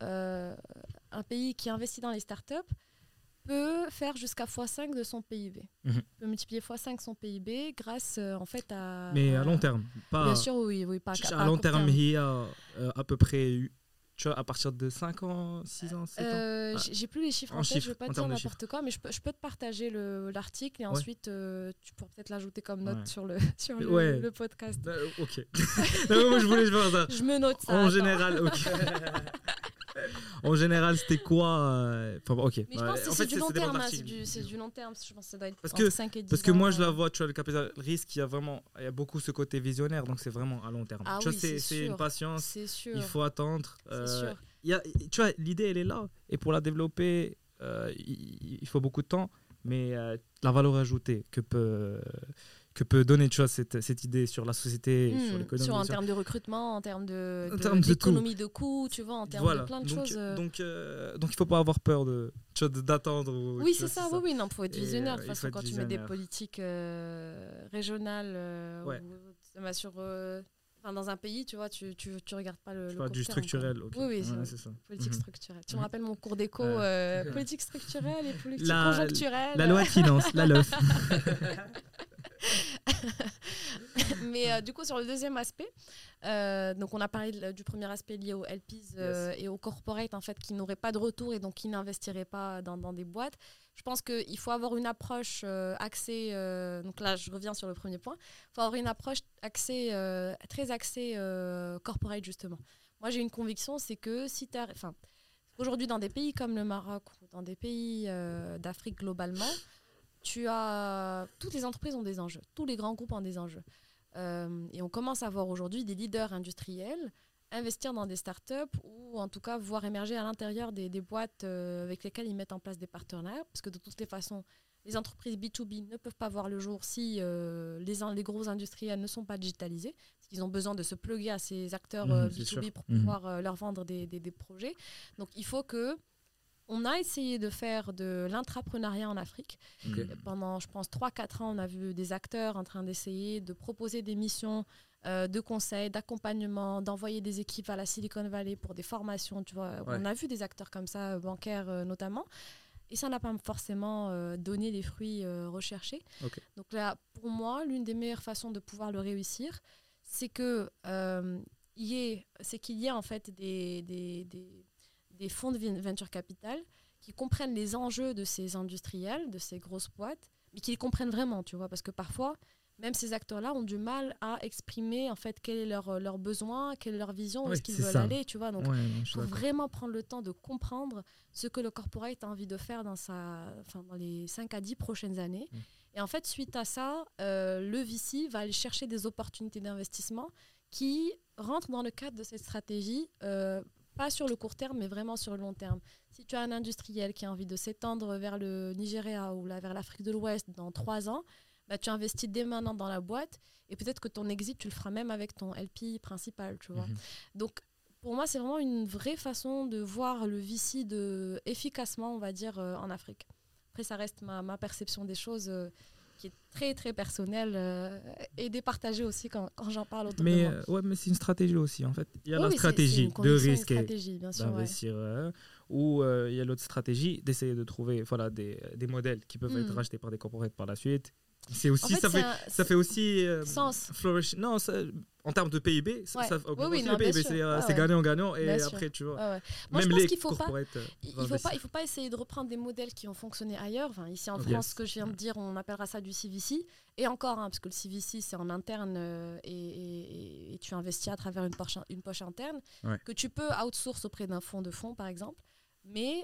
qui investit dans les startups peut faire jusqu'à x5 de son PIB. Peut multiplier x5 son PIB grâce, en fait, à... Mais à long terme, pas... Bien sûr, oui, pas à long terme, il y a à peu près... Tu vois, à partir de 5 ans, 6 ans, 7 ans J'ai plus les chiffres en tête, je ne vais pas dire n'importe quoi, mais je peux te partager l'article, et ensuite tu pourras peut-être l'ajouter comme note sur le podcast. Ok. Non, moi je voulais faire ça. Je me note ça. En général, ok. En général, c'était quoi ok. Mais je pense que c'est du long terme. C'est du long terme. Je pense que ça doit être entre 5 et 10 ans. Parce que moi, je la vois, tu vois, le capital risque, il y a beaucoup ce côté visionnaire, donc c'est vraiment à long terme. Ah tu oui, vois, c'est une patience. C'est sûr. Il faut attendre. C'est sûr. Tu vois, l'idée, elle est là. Et pour la développer, il faut beaucoup de temps. Mais la valeur ajoutée que peut donner, tu vois, cette idée sur la société, sur l'économie. En termes de recrutement, en termes d'économie de coûts, tu vois, en termes de plein de choses. Donc il ne faut pas avoir peur d'attendre. Oui, c'est ça. Oui, non, il faut être visionnaire. De toute façon, quand tu mets des politiques régionales dans un pays, tu vois, tu regardes pas le court du terme, structurel. Okay. Oui, c'est ça. Politique structurelle. Tu me rappelles mon cours d'éco, politique structurelle et politique conjoncturelle. La loi de finances, la LOF. Mais du coup, sur le deuxième aspect, donc on a parlé du premier aspect lié aux LPs et aux corporates, en fait, qui n'auraient pas de retour et donc qui n'investiraient pas dans des boîtes. Je pense qu'il faut avoir une approche axée, donc là je reviens sur le premier point, il faut avoir une approche très axée corporate, justement. Moi j'ai une conviction, c'est que aujourd'hui dans des pays comme le Maroc ou dans des pays d'Afrique globalement, toutes les entreprises ont des enjeux, tous les grands groupes ont des enjeux. Et on commence à voir aujourd'hui des leaders industriels investir dans des startups ou en tout cas voir émerger à l'intérieur des boîtes avec lesquelles ils mettent en place des partenaires, parce que de toutes les façons, les entreprises B2B ne peuvent pas voir le jour si les gros industriels ne sont pas digitalisés, parce qu'ils ont besoin de se plugger à ces acteurs B2B pour pouvoir leur vendre des projets. Donc il faut que on a essayé de faire de l'intrapreneuriat en Afrique. Pendant, je pense, 3-4 ans, on a vu des acteurs en train d'essayer de proposer des missions de conseil, d'accompagnement, d'envoyer des équipes à la Silicon Valley pour des formations. Tu vois. On a vu des acteurs comme ça, bancaires notamment. Et ça n'a pas forcément donné les fruits recherchés. Donc là, pour moi, l'une des meilleures façons de pouvoir le réussir, c'est qu'il y ait en fait des fonds de venture capital qui comprennent les enjeux de ces industriels, de ces grosses boîtes, mais qui les comprennent vraiment, tu vois, parce que parfois, même ces acteurs-là ont du mal à exprimer en fait quel est leur besoin, quelle est leur vision, où est-ce qu'ils veulent aller, tu vois. Donc, il faut vraiment prendre le temps de comprendre ce que le corporate a envie de faire dans les 5 à 10 prochaines années. Et en fait, suite à ça, le VC va aller chercher des opportunités d'investissement qui rentrent dans le cadre de cette stratégie, pas sur le court terme, mais vraiment sur le long terme. Si tu as un industriel qui a envie de s'étendre vers le Nigeria ou vers l'Afrique de l'Ouest dans 3 ans, bah, tu investis dès maintenant dans la boîte et peut-être que ton exit, tu le feras même avec ton LP principal, tu vois. Donc, pour moi, c'est vraiment une vraie façon de voir le VC efficacement, on va dire, en Afrique. Après, ça reste ma perception des choses qui est très, très personnelle et départagée aussi quand j'en parle autour de moi. Mais c'est une stratégie aussi, en fait. Il y a la stratégie de risquer, d'investir, ou il y a l'autre stratégie d'essayer de trouver des modèles qui peuvent être rachetés par des corporates par la suite. C'est aussi, en fait, ça fait aussi flourish. Non, en termes de PIB, ça augmente le PIB, c'est gagnant-gagnant. Et bien après, tu vois, moi, même je pense les qu'il corporates. Il faut pas essayer de reprendre des modèles qui ont fonctionné ailleurs. Enfin, ici en France, ce que je viens de dire, on appellera ça du CVC. Et encore, parce que le CVC, c'est en interne et tu investis à travers une poche interne que tu peux outsource auprès d'un fonds de fonds, par exemple. Mais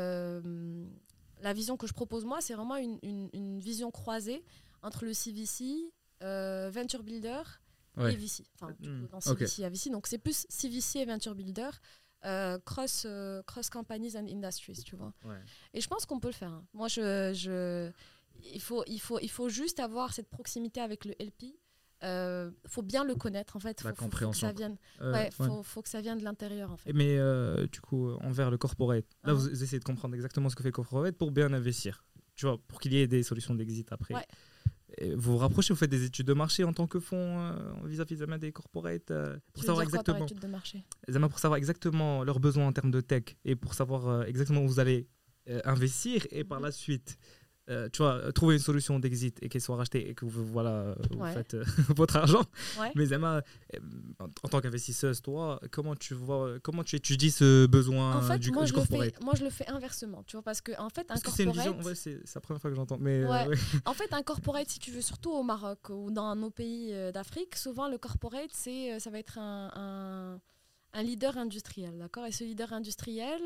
la vision que je propose, moi, c'est vraiment une vision croisée entre le CVC, Venture Builder et VC. Enfin, dans CVC à VC. Donc, c'est plus CVC et Venture Builder, cross companies and industries, tu vois. Et je pense qu'on peut le faire. Moi, il faut juste avoir cette proximité avec le LP. Faut bien le connaître, en fait. Faut que ça vienne. Faut que ça vienne de l'intérieur, en fait. Mais du coup, envers le corporate, là, vous essayez de comprendre exactement ce que fait le corporate pour bien investir. Tu vois, pour qu'il y ait des solutions d'exit après. Et vous vous rapprochez, vous faites des études de marché en tant que fonds vis-à-vis des corporates pour savoir exactement. Études de marché pour savoir exactement leurs besoins en termes de tech et pour savoir exactement où vous allez investir et par la suite. Tu vois, trouver une solution d'exit et qu'elle soit rachetée et que vous faites votre argent. Mais Zama, en tant qu'investisseuse, toi, comment tu étudies ce besoin du corporate? Moi, je le fais inversement, tu vois, parce que en fait, c'est une vision, c'est la première fois que j'entends. Mais en fait, un corporate, si tu veux, surtout au Maroc ou dans nos pays d'Afrique, souvent le corporate, ça va être un leader industriel, d'accord? Et ce leader industriel,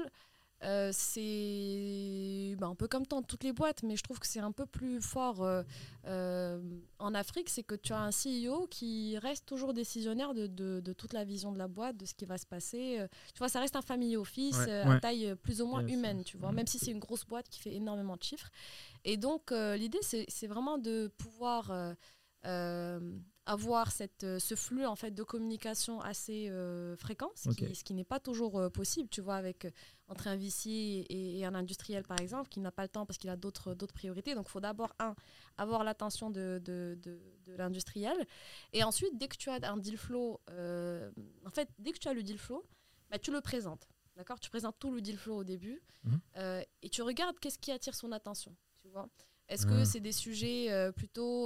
c'est un peu comme dans toutes les boîtes, mais je trouve que c'est un peu plus fort en Afrique, c'est que tu as un CEO qui reste toujours décisionnaire de toute la vision de la boîte, de ce qui va se passer. Tu vois, ça reste un family office à taille plus ou moins humaine, tu vois, même si c'est une grosse boîte qui fait énormément de chiffres. Et donc, l'idée, c'est vraiment de pouvoir avoir ce flux en fait de communication assez fréquent, ce qui n'est pas toujours possible, tu vois, entre un VC et un industriel par exemple qui n'a pas le temps parce qu'il a d'autres priorités. Donc il faut d'abord avoir l'attention de l'industriel et ensuite dès que tu as un deal flow, dès que tu as le deal flow, bah, tu le présentes, d'accord, tu présentes tout le deal flow au début et tu regardes qu'est-ce qui attire son attention, tu vois. Est-ce que c'est des sujets plutôt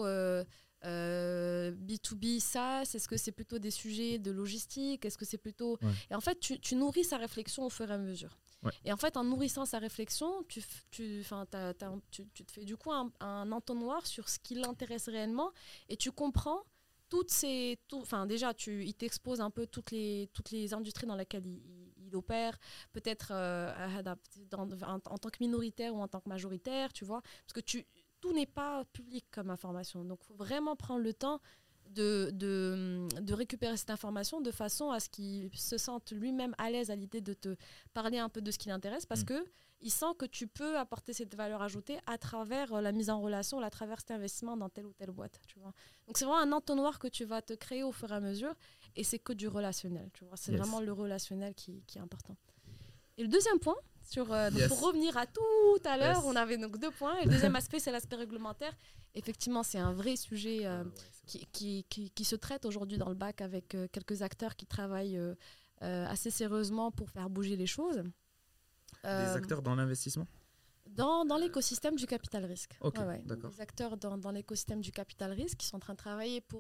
B2B SaaS? Est-ce que c'est plutôt des sujets de logistique? Est-ce que c'est plutôt... Et en fait, tu nourris sa réflexion au fur et à mesure. Et en fait, en nourrissant sa réflexion, tu te fais du coup un entonnoir sur ce qui l'intéresse réellement et tu comprends déjà, il t'expose un peu toutes les industries dans lesquelles il opère, peut-être en tant que minoritaire ou en tant que majoritaire, tu vois, parce que tout n'est pas public comme information. Donc, il faut vraiment prendre le temps de récupérer cette information de façon à ce qu'il se sente lui-même à l'aise à l'idée de te parler un peu de ce qui l'intéresse, parce que il sent que tu peux apporter cette valeur ajoutée à travers la mise en relation, à travers cet investissement dans telle ou telle boîte, tu vois. Donc c'est vraiment un entonnoir que tu vas te créer au fur et à mesure, et c'est que du relationnel, tu vois. C'est vraiment le relationnel qui est important. Et le deuxième point, donc pour revenir à tout à l'heure, on avait donc 2 points. Et le deuxième aspect, c'est l'aspect réglementaire. Effectivement, c'est un vrai sujet qui se traite aujourd'hui dans le bac avec quelques acteurs qui travaillent assez sérieusement pour faire bouger les choses. Des acteurs dans l'investissement ? Dans l'écosystème du capital risque. Ok, d'accord. Des acteurs dans l'écosystème du capital risque qui sont en train de travailler pour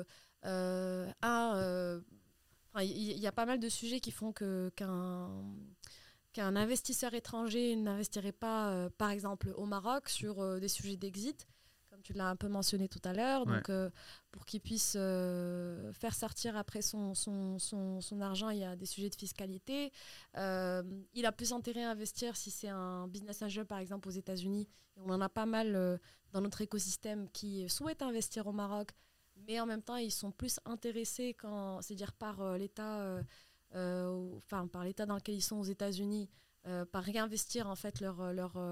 il y a pas mal de sujets qui font qu'un investisseur étranger n'investirait pas, par exemple, au Maroc sur des sujets d'exit, comme tu l'as un peu mentionné tout à l'heure. Donc, pour qu'il puisse faire sortir après son argent, il y a des sujets de fiscalité. Il a plus intérêt à investir si c'est un business angel, par exemple, aux États-Unis. Et on en a pas mal dans notre écosystème qui souhaitent investir au Maroc, mais en même temps, ils sont plus intéressés c'est-à-dire par l'État... par l'état dans lequel ils sont aux États-Unis, par réinvestir en fait leur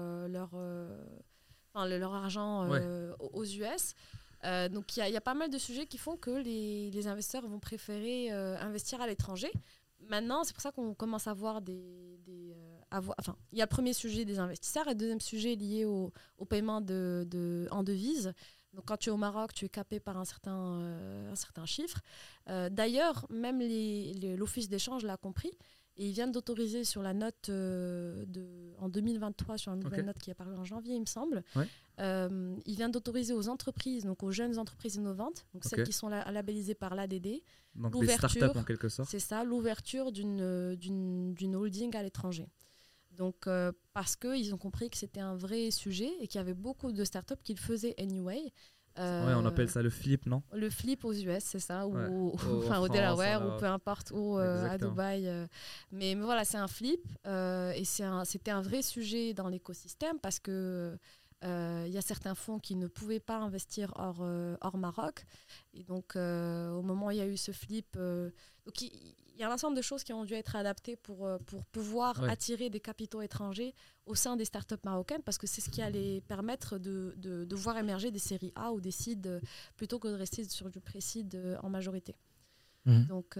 argent aux US. Donc il y a pas mal de sujets qui font que les investisseurs vont préférer investir à l'étranger. Maintenant, c'est pour ça qu'on commence à voir il y a le premier sujet des investisseurs et le deuxième sujet lié au paiement en devises. Donc, quand tu es au Maroc, tu es capé par un certain chiffre. D'ailleurs, même l'Office d'échange l'a compris et ils viennent d'autoriser sur la note en 2023, sur une nouvelle note qui est apparue en janvier, il me semble. Ils viennent d'autoriser aux entreprises, donc aux jeunes entreprises innovantes, donc celles qui sont labellisées par l'ADD. Donc des startups en quelque sorte. C'est ça, l'ouverture d'une holding à l'étranger. Donc, parce qu'ils ont compris que c'était un vrai sujet et qu'il y avait beaucoup de startups qui le faisaient anyway. On appelle ça le flip, non ? Le flip aux US, c'est ça, ou au Delaware, ou peu importe, ou à Dubaï. Mais voilà, c'est un flip et c'était un vrai sujet dans l'écosystème parce que y a certains fonds qui ne pouvaient pas investir hors Maroc. Et donc, au moment où il y a eu ce flip, donc il y a un ensemble de choses qui ont dû être adaptées pour pouvoir attirer des capitaux étrangers au sein des startups marocaines, parce que c'est ce qui allait permettre de voir émerger des séries A ou des seeds plutôt que de rester sur du pré-seed en majorité. Donc,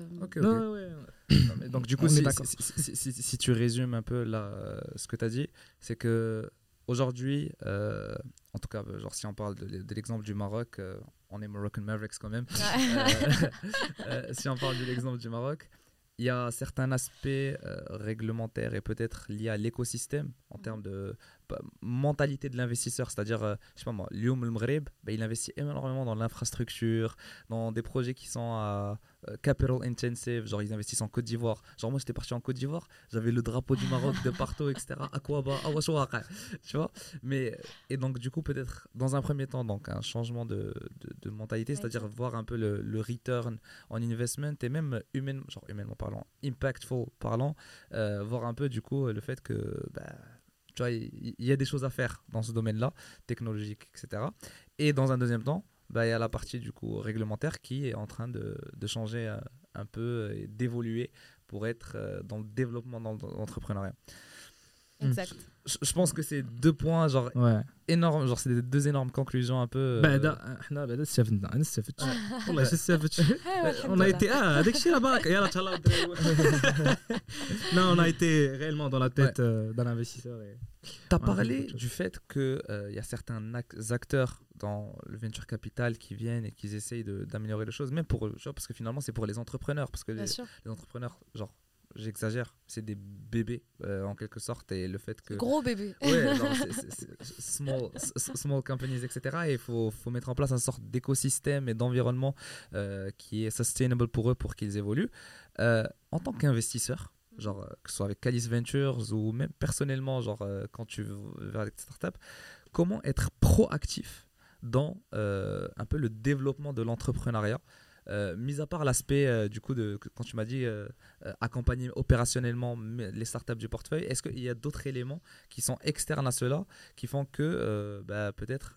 donc du coup, si tu résumes un peu là, ce que tu as dit, c'est que aujourd'hui, en tout cas, genre, si on parle de l'exemple du Maroc, on est Moroccan Mavericks quand même. Si on parle de l'exemple du Maroc, il y a certains aspects réglementaires et peut-être liés à l'écosystème en termes de mentalité de l'investisseur. C'est-à-dire, je sais pas moi, Lyoum El Maghreb, il investit énormément dans l'infrastructure, dans des projets qui sont à capital intensive, genre ils investissent en Côte d'Ivoire. Genre moi j'étais parti en Côte d'Ivoire, j'avais le drapeau du Maroc de partout, etc. Akwaba, Awashouaqa, tu vois. Et donc du coup peut-être dans un premier temps donc un changement de mentalité, c'est-à-dire voir un peu le return on investment et même humainement parlant, impactful parlant, voir un peu du coup le fait que tu vois, il y a des choses à faire dans ce domaine-là, technologique, etc. Et dans un deuxième temps, il y a la partie du coup réglementaire qui est en train de changer un peu et d'évoluer pour être dans le développement dans l'entrepreneuriat. Exact. Je pense que c'est 2 points genre énormes, genre c'est des 2 énormes conclusions un peu. احنا استفدنا والله استفدت. On a été هذاك الشيء راه باك يلا تهلاو الدراري. Non, on a été réellement dans la tête d'un investisseur. Tu as parlé du fait qu'il y a certains acteurs dans le venture capital qui viennent et qui essayent d'améliorer les choses, même pour eux, parce que finalement c'est pour les entrepreneurs, parce que les entrepreneurs, genre j'exagère, c'est des bébés en quelque sorte, et le fait que gros bébés, c'est small companies, etc. Et il faut mettre en place une sorte d'écosystème et d'environnement qui est sustainable pour eux, pour qu'ils évoluent. En tant qu'investisseur, genre que ce soit avec Calice Ventures ou même personnellement, genre quand tu veux vers les startups, comment être proactif dans un peu le développement de l'entrepreneuriat Mis à part l'aspect du coup quand tu m'as dit accompagner opérationnellement les startups du portefeuille, est-ce qu'il y a d'autres éléments qui sont externes à cela qui font que peut-être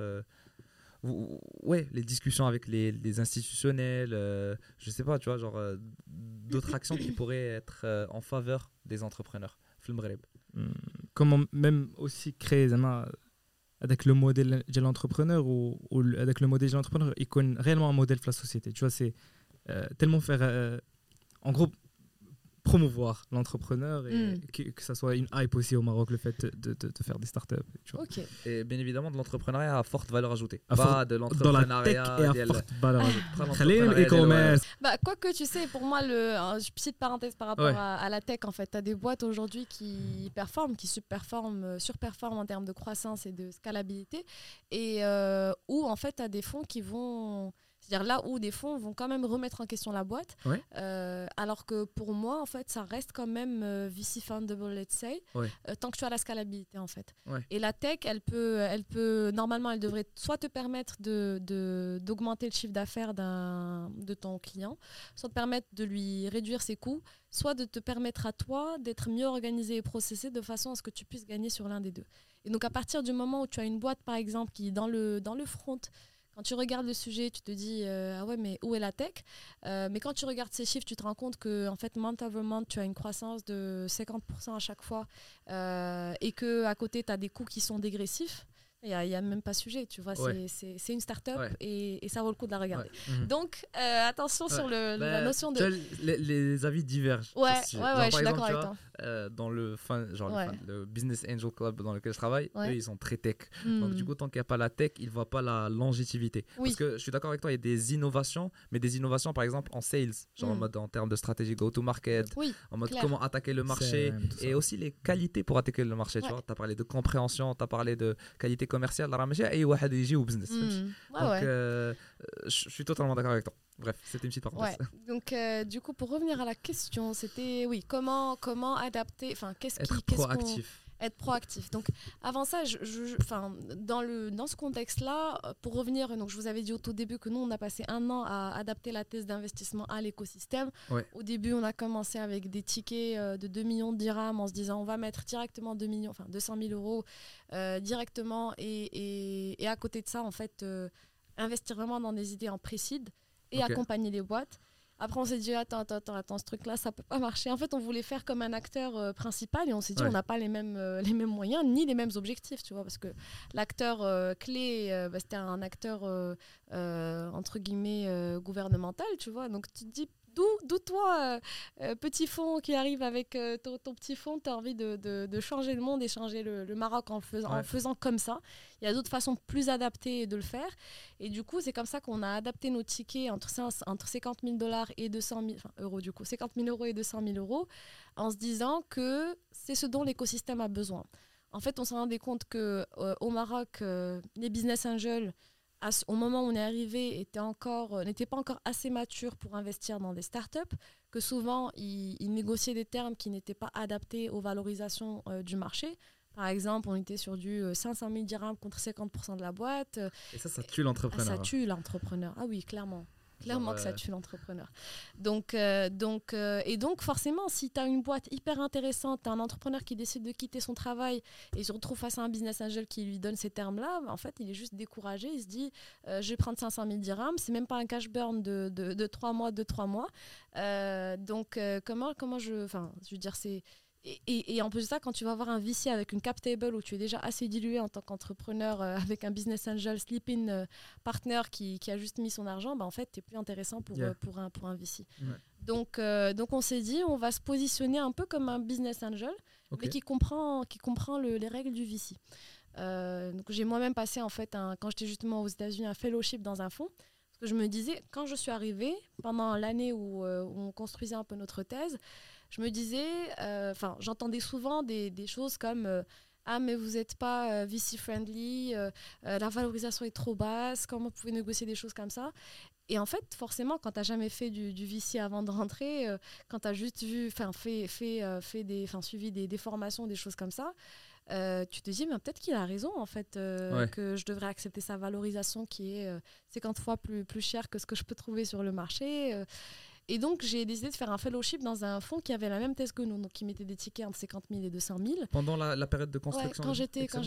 ouais, les discussions avec les institutionnels, je sais pas, tu vois, genre d'autres actions qui pourraient être en faveur des entrepreneurs في المغرب. Comment même aussi créer avec le modèle de l'entrepreneur ou avec le modèle de l'entrepreneur, il connaît réellement un modèle pour la société. Tu vois, c'est tellement faire en gros promouvoir l'entrepreneur et que ça soit une hype aussi au Maroc, le fait de faire des startups. Tu vois. Ok. Et bien évidemment de l'entrepreneuriat à forte valeur ajoutée. À Pas de dans la tech l'entrepreneuriat et à ديال- forte valeur ajoutée. pas خلينا l'entrepreneuriat e-commerce. Bah, quoique, tu sais, pour moi, petite parenthèse par rapport Ouais. à la tech, en fait, tu as des boîtes aujourd'hui qui performent, qui surperforment en termes de croissance et de scalabilité, et où, en fait, tu as des fonds qui vont... C'est-à-dire là où des fonds vont quand même remettre en question la boîte, Ouais. alors que pour moi, en fait, ça reste quand même VC fundable, let's say, Ouais. tant que tu as la scalabilité, en fait. Ouais. Et la tech, elle peut, normalement, elle devrait soit te permettre d'augmenter le chiffre d'affaires de ton client, soit te permettre de lui réduire ses coûts, soit de te permettre à toi d'être mieux organisé et processé de façon à ce que tu puisses gagner sur l'un des deux. Et donc, à partir du moment où tu as une boîte, par exemple, qui est dans le front, quand tu regardes le sujet, tu te dis ah ouais, mais où est la tech? Mais quand tu regardes ces chiffres, tu te rends compte que en fait, month over month, tu as une croissance de 50% à chaque fois et que à côté, tu as des coûts qui sont dégressifs. Il y a même pas sujet, tu vois. Ouais. C'est une start-up Ouais. et ça vaut le coup de la regarder. Ouais. Donc, attention sur la Bah, notion tu de... vois, les avis divergent. Ouais, sur ce sujet. ouais, Genre, je suis par d'accord avec exemple, toi. tu vois, dans Ouais. le Business Angel Club dans lequel je travaille, Ouais. eux, ils sont très tech. Donc, du coup, tant qu'il n'y a pas la tech, ils ne voient pas la longévité. Oui. Parce que je suis d'accord avec toi, il y a des innovations, mais des innovations, par exemple, en sales, genre en termes de stratégie go-to-market, Oui, en mode clair. comment attaquer le marché, CRM, tout ça. et aussi les qualités pour attaquer le marché. Tu Ouais. vois, tu as parlé de compréhension, tu as parlé de qualité commerciale. راه ماشي أي واحد يجي وبزنس. Ouais, Donc, ouais. je suis totalement d'accord avec toi. Bref, c'était une petite parenthèse. Ouais. Donc, du coup, pour revenir à la question, c'était, oui, comment adapter, enfin, Être proactif. être proactif. Donc, avant ça, dans ce contexte-là, pour revenir, donc je vous avais dit au tout début que nous, on a passé 1 an à adapter la thèse d'investissement à l'écosystème. Ouais. Au début, on a commencé avec des tickets de 2 millions de dirhams en se disant, on va mettre directement 200 000 euros directement. Et à côté de ça, en fait, investir vraiment dans des idées en pré-seed et Ok. accompagner les boîtes. Après, on s'est dit, attends, ce truc-là, ça peut pas marcher. En fait, on voulait faire comme un acteur principal et on s'est dit, Ouais. on n'a pas les mêmes moyens ni les mêmes objectifs, tu vois, parce que l'acteur clé, c'était un acteur, entre guillemets, gouvernemental, tu vois. Donc, tu te dis, d'où toi, petit fonds qui arrive avec ton petit fonds, tu as envie de changer le monde et changer le Maroc en faisant comme ça. Il y a d'autres façons plus adaptées de le faire. Et du coup, c'est comme ça qu'on a adapté nos tickets entre 50 000 $ et 200 000 euros, du coup, 50 000 euros et 200 000 euros, en se disant que c'est ce dont l'écosystème a besoin. En fait, on s'est rendu compte qu'au Maroc, les business angels, au moment où on est arrivé, n'étaient pas encore assez matures pour investir dans des startups, que souvent, ils négociaient des termes qui n'étaient pas adaptés aux valorisations du marché. Par exemple, on était sur du 500 000 dirhams contre 50% de la boîte. Et ça tue l'entrepreneur. Ça tue l'entrepreneur. Ah oui, clairement. Clairement que ça tue l'entrepreneur. Donc, forcément, si tu as une boîte hyper intéressante, tu as un entrepreneur qui décide de quitter son travail et se retrouve face à un business angel qui lui donne ces termes-là, en fait, il est juste découragé. Il se dit, je vais prendre 500 000 dirhams. C'est même pas un cash burn de 3 mois, comment je... Enfin, je veux dire, c'est... Et en plus de ça, quand tu vas avoir un VC avec une cap table où tu es déjà assez dilué en tant qu'entrepreneur, avec un business angel, sleep-in partner qui a juste mis son argent, en fait, tu es plus intéressant pour un VC. Ouais. Donc on s'est dit, on va se positionner un peu comme un business angel, mais qui comprend les règles du VC. Donc j'ai moi-même passé, en fait, quand j'étais justement aux États-Unis, un fellowship dans un fonds. Parce que je me disais, quand je suis arrivée, pendant l'année où on construisait un peu notre thèse, je me disais, j'entendais souvent des choses comme ah, mais vous n'êtes pas VC-friendly, la valorisation est trop basse, comment vous pouvez négocier des choses comme ça? Et en fait, forcément, quand tu n'as jamais fait du VC avant de rentrer, quand tu as juste suivi des formations, des choses comme ça, tu te dis, mais peut-être qu'il a raison, en fait, que je devrais accepter sa valorisation qui est 50 fois plus chère que ce que je peux trouver sur le marché. Et donc, j'ai décidé de faire un fellowship dans un fonds qui avait la même thèse que nous, donc qui mettait des tickets entre 50 000 et 200 000. Pendant la période de construction. Quand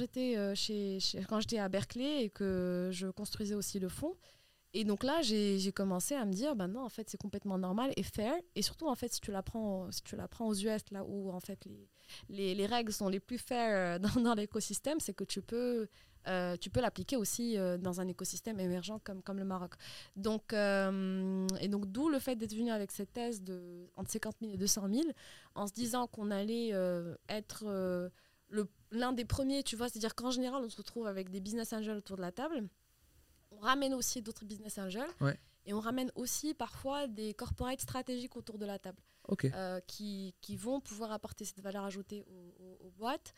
j'étais à Berkeley et que je construisais aussi le fonds. Et donc là, j'ai commencé à me dire, non, en fait, c'est complètement normal et fair. Et surtout, en fait, si tu l'apprends aux US, là où, en fait, les règles sont les plus fair dans l'écosystème, c'est que tu peux l'appliquer aussi dans un écosystème émergent comme le Maroc. Donc, d'où le fait d'être venu avec cette thèse entre 50 000 et 200 000, en se disant qu'on allait être l'un des premiers, tu vois, c'est-à-dire qu'en général, on se retrouve avec des business angels autour de la table. On ramène aussi d'autres business angels et on ramène aussi parfois des corporates stratégiques autour de la table qui vont pouvoir apporter cette valeur ajoutée aux boîtes.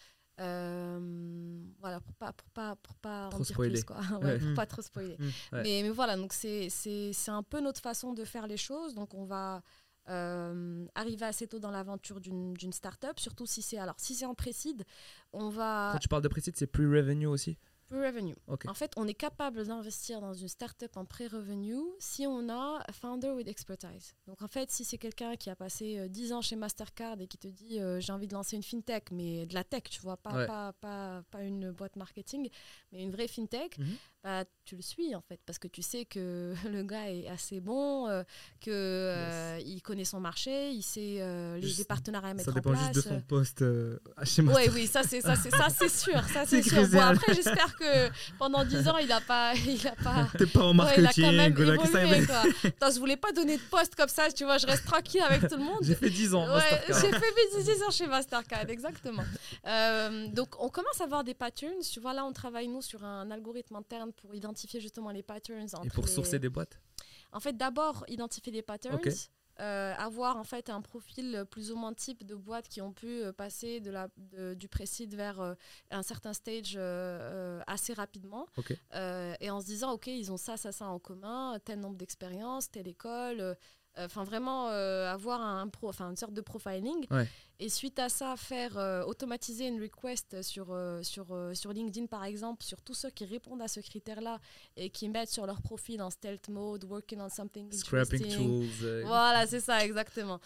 Voilà, pour pas trop en dire spoiler. plus, quoi. Pour pas trop spoiler. Mais voilà, donc c'est un peu notre façon de faire les choses. Donc on va arriver assez tôt dans l'aventure d'une start-up, surtout si c'est en pré-seed, on va... Quand tu parles de pré-seed, c'est pre-revenue aussi? Pre-revenue. Okay. En fait, on est capable d'investir dans une start-up en pré-revenue si on a a founder with expertise. Donc en fait, si c'est quelqu'un qui a passé 10 ans chez Mastercard et qui te dit j'ai envie de lancer une fintech, mais de la tech, tu vois, pas une boîte marketing, mais une vraie fintech, tu le suis en fait, parce que tu sais que le gars est assez bon, qu'il connaît son marché, il sait les partenariats à mettre en place. Ça dépend juste de son poste chez Mastercard. Oui, ça c'est sûr. Bon, après, j'espère que pendant 10 ans, il a pas... T'es pas en marketing. Il a quand même évolué, quoi. Attends, je voulais pas donner de poste comme ça, tu vois, je reste tranquille avec tout le monde. J'ai fait 10 ans, Mastercard. J'ai fait 10 ans chez Mastercard, exactement. Donc, on commence à voir des patterns. Tu vois, là, on travaille, nous, sur un algorithme interne pour identifier justement les patterns. Et pour sourcer des boîtes? En fait, d'abord, identifier les patterns. Avoir en fait un profil plus ou moins type de boîtes qui ont pu passer du pré-seed vers un certain stage assez rapidement et en se disant ok, ils ont ça en commun, tel nombre d'expériences, telle école, vraiment avoir une sorte de profiling et suite à ça faire automatiser une request sur LinkedIn par exemple sur tous ceux qui répondent à ce critère là et qui mettent sur leur profil en stealth mode, working on something scrapping interesting. Tools Voilà, c'est ça exactement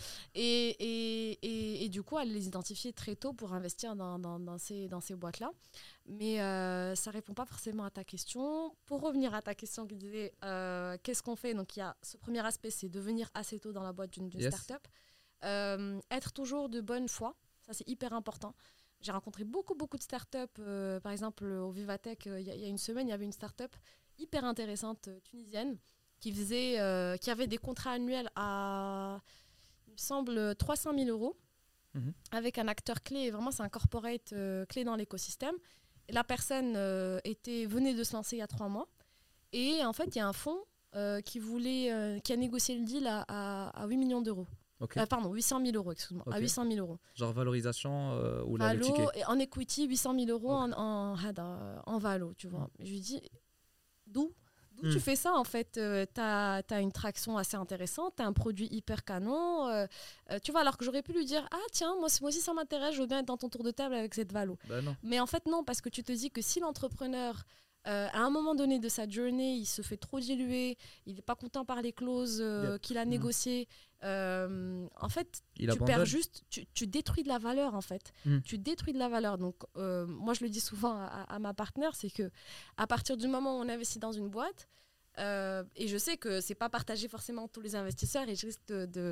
et du coup aller les identifier très tôt pour investir dans ces boîtes là, mais ça répond pas forcément à ta question. Pour revenir à ta question qui disait qu'est-ce qu'on fait, donc il y a ce premier aspect, c'est de venir assez tôt dans la boîte d'une start-up. Être toujours de bonne foi, ça c'est hyper important. J'ai rencontré beaucoup de startups, par exemple au Vivatech, il y a une semaine, il y avait une startup hyper intéressante tunisienne qui avait des contrats annuels à, il me semble, 300 000 € avec un acteur clé, et vraiment c'est un corporate clé dans l'écosystème. Et la personne venait de se lancer il y a 3 mois et en fait il y a un fonds qui a négocié le deal à 8 millions d'euros. 800 000 €, excuse-moi, à 800 000 €. Genre valorisation ou le ticket et en equity, 800 000 € en valo, tu vois. Je lui dis, d'où tu fais ça en fait, t'as une traction assez intéressante, t'as un produit hyper canon, tu vois, alors que j'aurais pu lui dire tiens, moi aussi ça m'intéresse, je veux bien être dans ton tour de table avec cette valo. Non. Mais en fait non, parce que tu te dis que si l'entrepreneur à un moment donné de sa journée, il se fait trop diluer, il n'est pas content par les clauses qu'il a négociées. En fait, tu perds juste, tu détruis de la valeur en fait. Tu détruis de la valeur. Donc, moi, je le dis souvent à ma partenaire, c'est que à partir du moment où on investit dans une boîte, et je sais que c'est pas partagé forcément tous les investisseurs, et je risque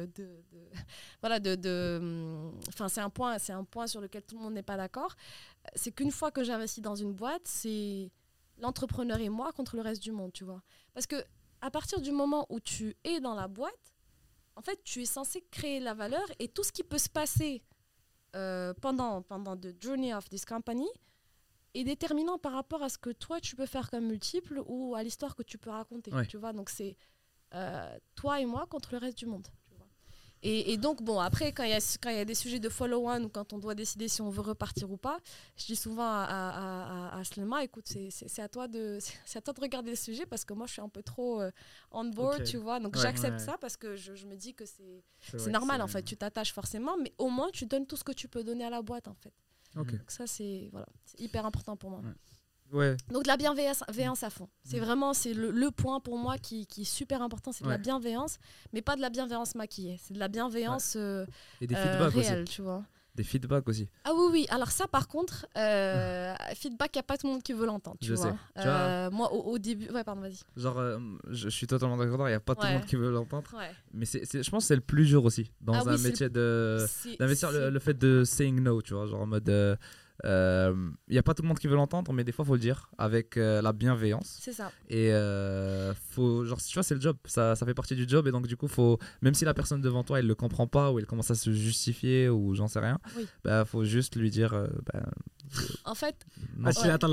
c'est un point sur lequel tout le monde n'est pas d'accord. C'est qu'une fois que j'investis dans une boîte, c'est l'entrepreneur et moi contre le reste du monde, tu vois. Parce que à partir du moment où tu es dans la boîte, en fait, tu es censé créer la valeur, et tout ce qui peut se passer pendant the journey of this company est déterminant par rapport à ce que toi tu peux faire comme multiple ou à l'histoire que tu peux raconter, tu vois. Donc c'est toi et moi contre le reste du monde. Et donc, bon, après, quand il y a des sujets de follow-on ou quand on doit décider si on veut repartir ou pas, je dis souvent à Slema, écoute, c'est à toi de regarder le sujet, parce que moi, je suis un peu trop on board, tu vois. Donc, j'accepte ça parce que je me dis que c'est normal, en fait. Tu t'attaches forcément, mais au moins, tu donnes tout ce que tu peux donner à la boîte, en fait. Ok. Donc ça, c'est hyper important pour moi. Ouais. Donc de la bienveillance à fond. C'est vraiment le point pour moi qui est super important, c'est de la bienveillance, mais pas de la bienveillance maquillée. C'est de la bienveillance Et des feedbacks réelle, aussi. tu vois. Des feedbacks aussi. Ah oui. Alors ça, par contre, feedback, il n'y a pas tout le monde qui veut l'entendre, tu vois. Moi, au début... Ouais, pardon, vas-y. Genre, je suis totalement d'accord, il n'y a pas tout le monde qui veut l'entendre. Ouais. Mais je pense que c'est le plus dur aussi dans un métier d'investir le fait de saying no, tu vois, genre en mode... il n'y a pas tout le monde qui veut l'entendre, mais des fois, il faut le dire avec la bienveillance. C'est ça. Et genre, tu vois, c'est le job, ça fait partie du job. Et donc, du coup, même si la personne devant toi, elle ne le comprend pas ou elle commence à se justifier ou j'en sais rien, faut juste lui dire. En fait, non,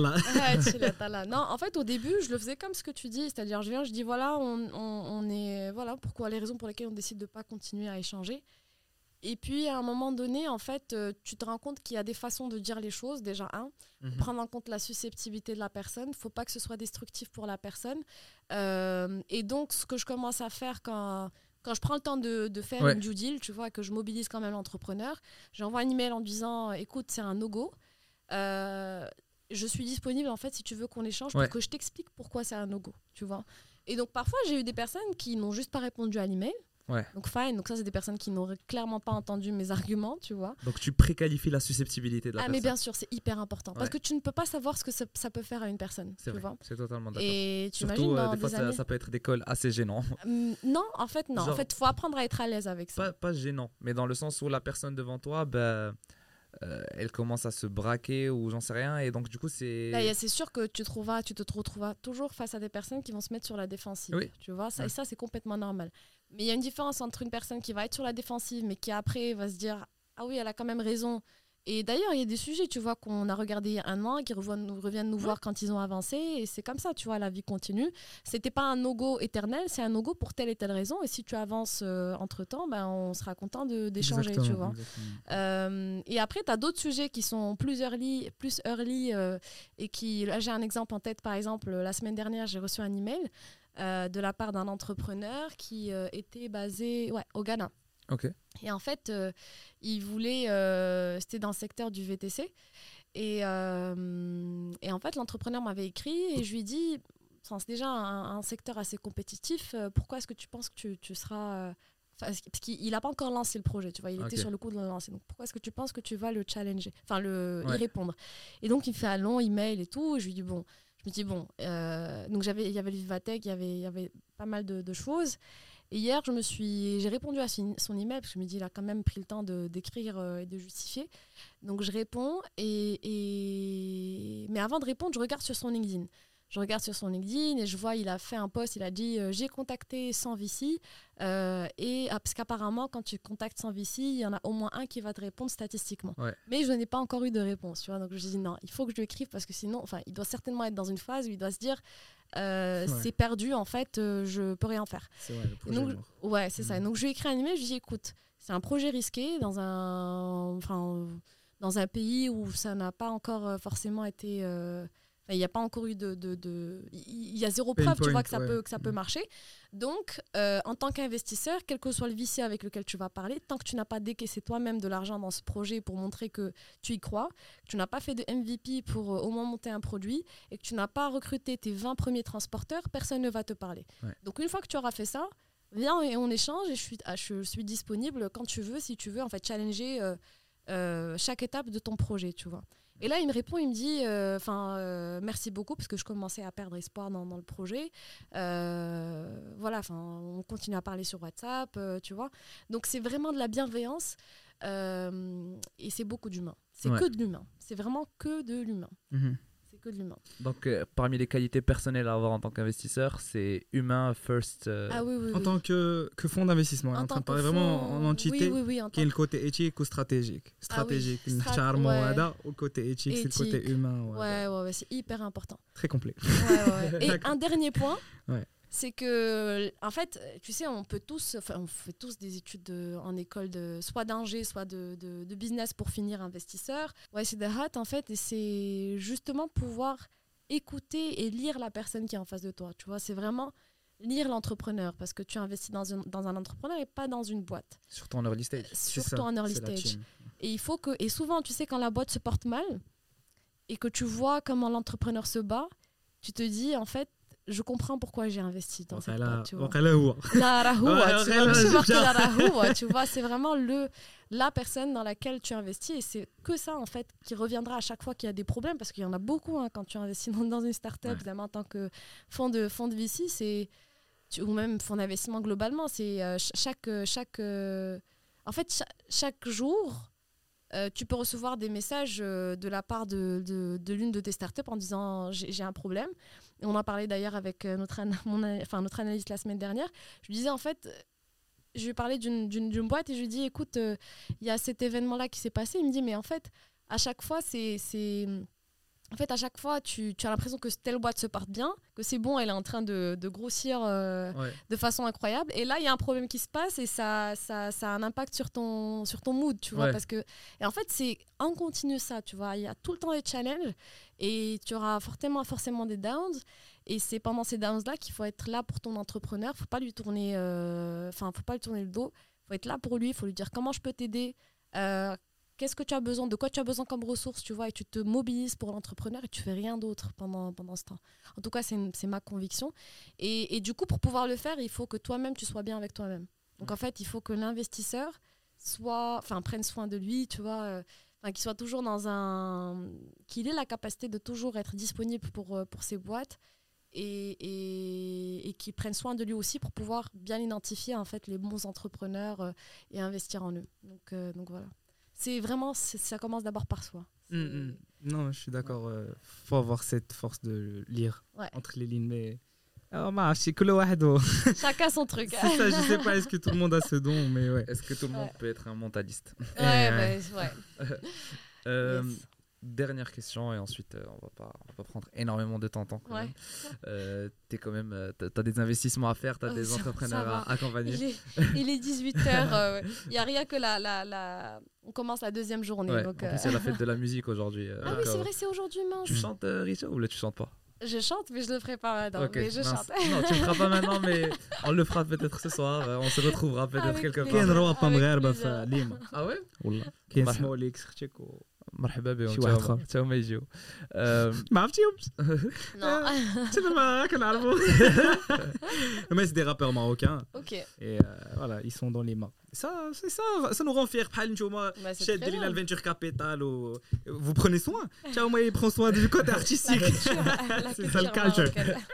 en fait, au début, je le faisais comme ce que tu dis, c'est-à-dire, je dis voilà, on est. Voilà, pourquoi les raisons pour lesquelles on décide de ne pas continuer à échanger. Et puis, à un moment donné, en fait, tu te rends compte qu'il y a des façons de dire les choses. Déjà, prendre en compte la susceptibilité de la personne. Il ne faut pas que ce soit destructif pour la personne. Et donc, ce que je commence à faire quand je prends le temps de faire une due deal, tu vois, que je mobilise quand même l'entrepreneur, j'envoie un email en disant « Écoute, c'est un no-go. Je suis disponible, en fait, si tu veux qu'on échange, pour que je t'explique pourquoi c'est un no-go. » Tu vois. Et donc, parfois, j'ai eu des personnes qui n'ont juste pas répondu à l'email. Donc fine, donc ça c'est des personnes qui n'auraient clairement pas entendu mes arguments, tu vois. Donc tu préqualifies la susceptibilité de la personne. Mais bien sûr, c'est hyper important parce que tu ne peux pas savoir ce que ça peut faire à une personne, c'est tu vrai, vois. c'est totalement d'accord. Et tu surtout imagines des fois ça peut être des calls assez gênants. Non, en fait non, genre, en fait faut apprendre à être à l'aise avec ça. Pas gênant, mais dans le sens où la personne devant toi elle commence à se braquer ou j'en sais rien, et donc du coup c'est sûr que tu te retrouveras toujours face à des personnes qui vont se mettre sur la défensive, tu vois, et ça c'est complètement normal. Mais il y a une différence entre une personne qui va être sur la défensive mais qui après va se dire ah oui, elle a quand même raison. Et d'ailleurs, il y a des sujets, tu vois, qu'on a regardé il y a un an, qui reviennent nous voir quand ils ont avancé. Et c'est comme ça, tu vois, la vie continue. C'était pas un no-go éternel, c'est un no-go pour telle et telle raison. Et si tu avances entre-temps, on sera content d'échanger, tu vois. Et après, tu as d'autres sujets qui sont plus early et qui... Là, j'ai un exemple en tête, par exemple, la semaine dernière, j'ai reçu un email de la part d'un entrepreneur qui était basé au Ghana. Ok. Et en fait, il voulait... c'était dans le secteur du VTC. Et en fait, l'entrepreneur m'avait écrit et je lui ai dit, c'est déjà un secteur assez compétitif, pourquoi est-ce que tu penses que tu seras... parce qu'il n'a pas encore lancé le projet, tu vois, il était sur le coup de le lancer. Donc, pourquoi est-ce que tu penses que tu vas le challenger, y répondre? Et donc, il me fait un long email et tout. Et je lui dis, donc il y avait le Vivatech, il y avait pas mal de choses. Et hier, j'ai répondu à son email parce que je me dis il a quand même pris le temps d'écrire et de justifier. Donc je réponds mais avant de répondre, je regarde sur son LinkedIn. Et je vois il a fait un post, il a dit j'ai contacté 100 VC parce qu'apparemment quand tu contactes 100 VC, il y en a au moins un qui va te répondre statistiquement. Mais je n'ai pas encore eu de réponse, tu vois. Donc je me dis non, il faut que je lui écrive parce que sinon, il doit certainement être dans une phase où il doit se dire c'est perdu en fait, je peux rien faire. C'est vrai, le projet est mort. C'est ça. Et donc je lui ai écrit un email, je lui ai dit écoute, c'est un projet risqué dans un pays où ça n'a pas encore forcément été il n'y a pas encore eu il y a zéro preuve, tu vois, que ça peut marcher. Donc, en tant qu'investisseur, quel que soit le VC avec lequel tu vas parler, tant que tu n'as pas décaissé toi-même de l'argent dans ce projet pour montrer que tu y crois, que tu n'as pas fait de MVP pour au moins monter un produit et que tu n'as pas recruté tes 20 premiers transporteurs, personne ne va te parler. Donc, une fois que tu auras fait ça, viens et on échange et je suis disponible quand tu veux, si tu veux, en fait, challenger chaque étape de ton projet, tu vois. Et là, il me répond, il me dit merci beaucoup parce que je commençais à perdre espoir dans le projet. On continue à parler sur WhatsApp, tu vois. Donc, c'est vraiment de la bienveillance et c'est beaucoup d'humain. C'est que de l'humain. C'est vraiment que de l'humain. C'est que de l'humain. Donc, parmi les qualités personnelles à avoir en tant qu'investisseur, c'est humain first. En tant que fonds d'investissement, on est en train de parler vraiment en entité, qui est le côté éthique ou stratégique. Au côté éthique, c'est le côté humain. Ouais, c'est hyper important. Très complet. Et un dernier point, c'est que, en fait, tu sais, on fait tous des études en école, soit d'ingé, soit de business pour finir investisseur. C'est de hâte, en fait, et c'est justement pouvoir écouter et lire la personne qui est en face de toi. Tu vois, c'est vraiment lire l'entrepreneur parce que tu investis dans un entrepreneur et pas dans une boîte. Surtout en early stage. En early stage. Et il faut que, et souvent, tu sais, quand la boîte se porte mal et que tu vois comment l'entrepreneur se bat, tu te dis, en fait, je comprends pourquoi j'ai investi dans cette boîte. Tu vois. La rahoua, tu vois, je sais pas que la rahoua, tu vois, c'est vraiment la personne dans laquelle tu investis et c'est que ça, en fait, qui reviendra à chaque fois qu'il y a des problèmes parce qu'il y en a beaucoup hein, quand tu investis dans une start-up, évidemment, en tant que fonds de VC, ou même fonds d'investissement globalement, c'est chaque jour, tu peux recevoir des messages de la part de l'une de tes startups en disant j'ai un problème. Et on en parlait d'ailleurs avec notre analyste la semaine dernière. Je lui disais en fait, je lui parlais d'une boîte et je lui dis écoute, il y a cet événement-là qui s'est passé. Il me dit mais en fait, à chaque fois, à chaque fois, tu as l'impression que telle boîte se porte bien, que c'est bon, elle est en train de grossir de façon incroyable. Et là, il y a un problème qui se passe et ça a un impact sur ton mood, tu vois. Parce que, et en fait, c'est en continu ça, tu vois. Il y a tout le temps des challenges et tu auras forcément des downs. Et c'est pendant ces downs-là qu'il faut être là pour ton entrepreneur. Faut pas lui tourner le dos. Faut être là pour lui. Il faut lui dire comment je peux t'aider. Qu'est-ce que tu as besoin, de quoi tu as besoin comme ressources, tu vois, et tu te mobilises pour l'entrepreneur et tu fais rien d'autre pendant ce temps. En tout cas, c'est ma conviction. Et du coup, pour pouvoir le faire, il faut que toi-même, tu sois bien avec toi-même. Donc, en fait, il faut que l'investisseur prenne soin de lui, tu vois, qu'il soit toujours qu'il ait la capacité de toujours être disponible pour ses boîtes et qu'il prenne soin de lui aussi pour pouvoir bien identifier, en fait, les bons entrepreneurs et investir en eux. Donc voilà. Ça commence d'abord par soi. Non, je suis d'accord. Faut avoir cette force de lire entre les lignes, mais chacun son truc. C'est ça, je sais pas, est-ce que tout le monde a ce don, mais ouais. Est-ce que tout le monde peut être un mentaliste? Ouais. Yes. Dernière question et ensuite on va pas prendre énormément de temps quand même. T'es quand même t'as des investissements à faire, t'as des entrepreneurs à accompagner. Il est 18h, il y a rien que on commence la deuxième journée. Donc, en plus il y a la fête de la musique aujourd'hui. Ah oui, c'est vrai, c'est aujourd'hui mince. Tu chantes Richa ou là tu chantes pas? Je chante mais je le ferai pas maintenant. Okay, mais je chante. Non, tu le feras pas maintenant mais on le fera peut-être ce soir, on se retrouvera peut-être quelque part. كاين روابط مغاربه في ليما. Ah ouais? والله كاين اسمه ليك اختك مرحبا بهم شي واحد اخر حتى هما يجيو ما عرفتيهمش Non. ما كنعرفو mais c'est des rappeurs marocains. OK. Et voilà, ils sont dans les mains. Ça nous rend fiers بحال نتوما شاد لينا الفينتور كابيتال و vous prenez soin. حتى هما يبرون soin du côté artistique. C'est ça le culture.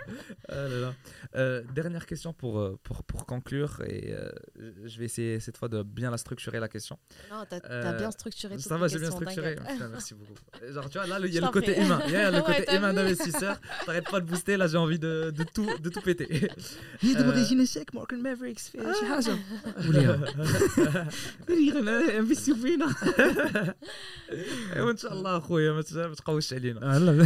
Dernière question pour conclure et je vais essayer cette fois de bien la structurer la question. Non, t'as bien structuré toutes ça va, les j'ai bien questions, structuré. t'inquiète. Putain, merci beaucoup. Genre tu vois là il y a le côté humain, il y a le côté humain d'investisseur. T'arrêtes pas de booster, là j'ai envie de tout péter. هي d'origine sec Morgan Mavericks في شي حاجه ولا انفيستيو فينا وان شاء الله اخويا ما تقوش علينا.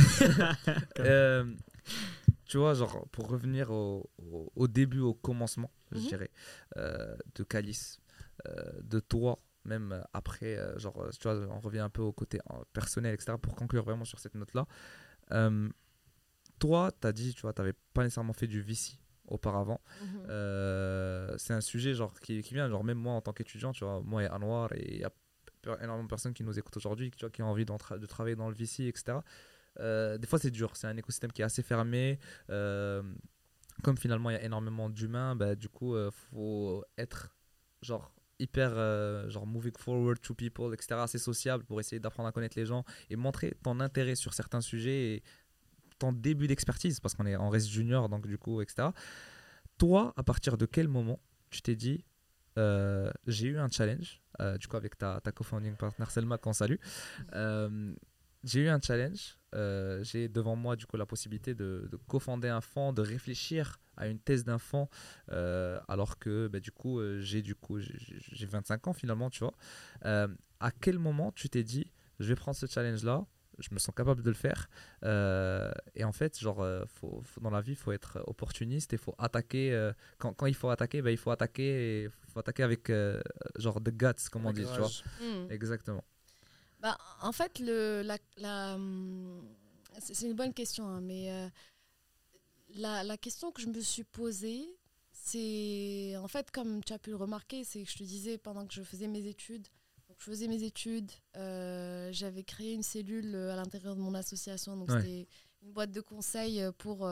Tu vois, genre, pour revenir au début, au commencement, je dirais, de Calice, de toi, même après, genre, tu vois, on revient un peu au côté personnel, etc., pour conclure vraiment sur cette note-là. Toi, tu as dit, tu vois, tu n'avais pas nécessairement fait du VC auparavant. C'est un sujet, genre, qui vient, genre, même moi, en tant qu'étudiant, tu vois, moi et Anwar, et il y a énormément de personnes qui nous écoutent aujourd'hui, tu vois, qui ont envie de travailler dans le VC, etc., des fois c'est dur, c'est un écosystème qui est assez fermé, comme finalement il y a énormément d'humains, bah, du coup faut être genre hyper genre moving forward to people, etc., assez sociable pour essayer d'apprendre à connaître les gens et montrer ton intérêt sur certains sujets et ton début d'expertise parce qu'on reste junior donc du coup, etc. Toi, à partir de quel moment tu t'es dit j'ai eu un challenge du coup avec ta co-founding partner Selma qu'on salue, j'ai eu un challenge, j'ai devant moi du coup la possibilité de cofonder un fonds, de réfléchir à une thèse d'un fonds, alors que bah, j'ai 25 ans finalement, tu vois. À quel moment tu t'es dit je vais prendre ce challenge là, je me sens capable de le faire, et en fait genre dans la vie il faut être opportuniste et il faut attaquer quand il faut attaquer, bah, il faut attaquer avec genre the guts comme on dit, tu vois. Exactement. Bah, en fait, c'est une bonne question, hein, mais la question que je me suis posée, c'est en fait, comme tu as pu le remarquer, c'est que je te disais pendant que je faisais mes études, donc je faisais mes études, j'avais créé une cellule à l'intérieur de mon association, donc c'était une boîte de conseil pour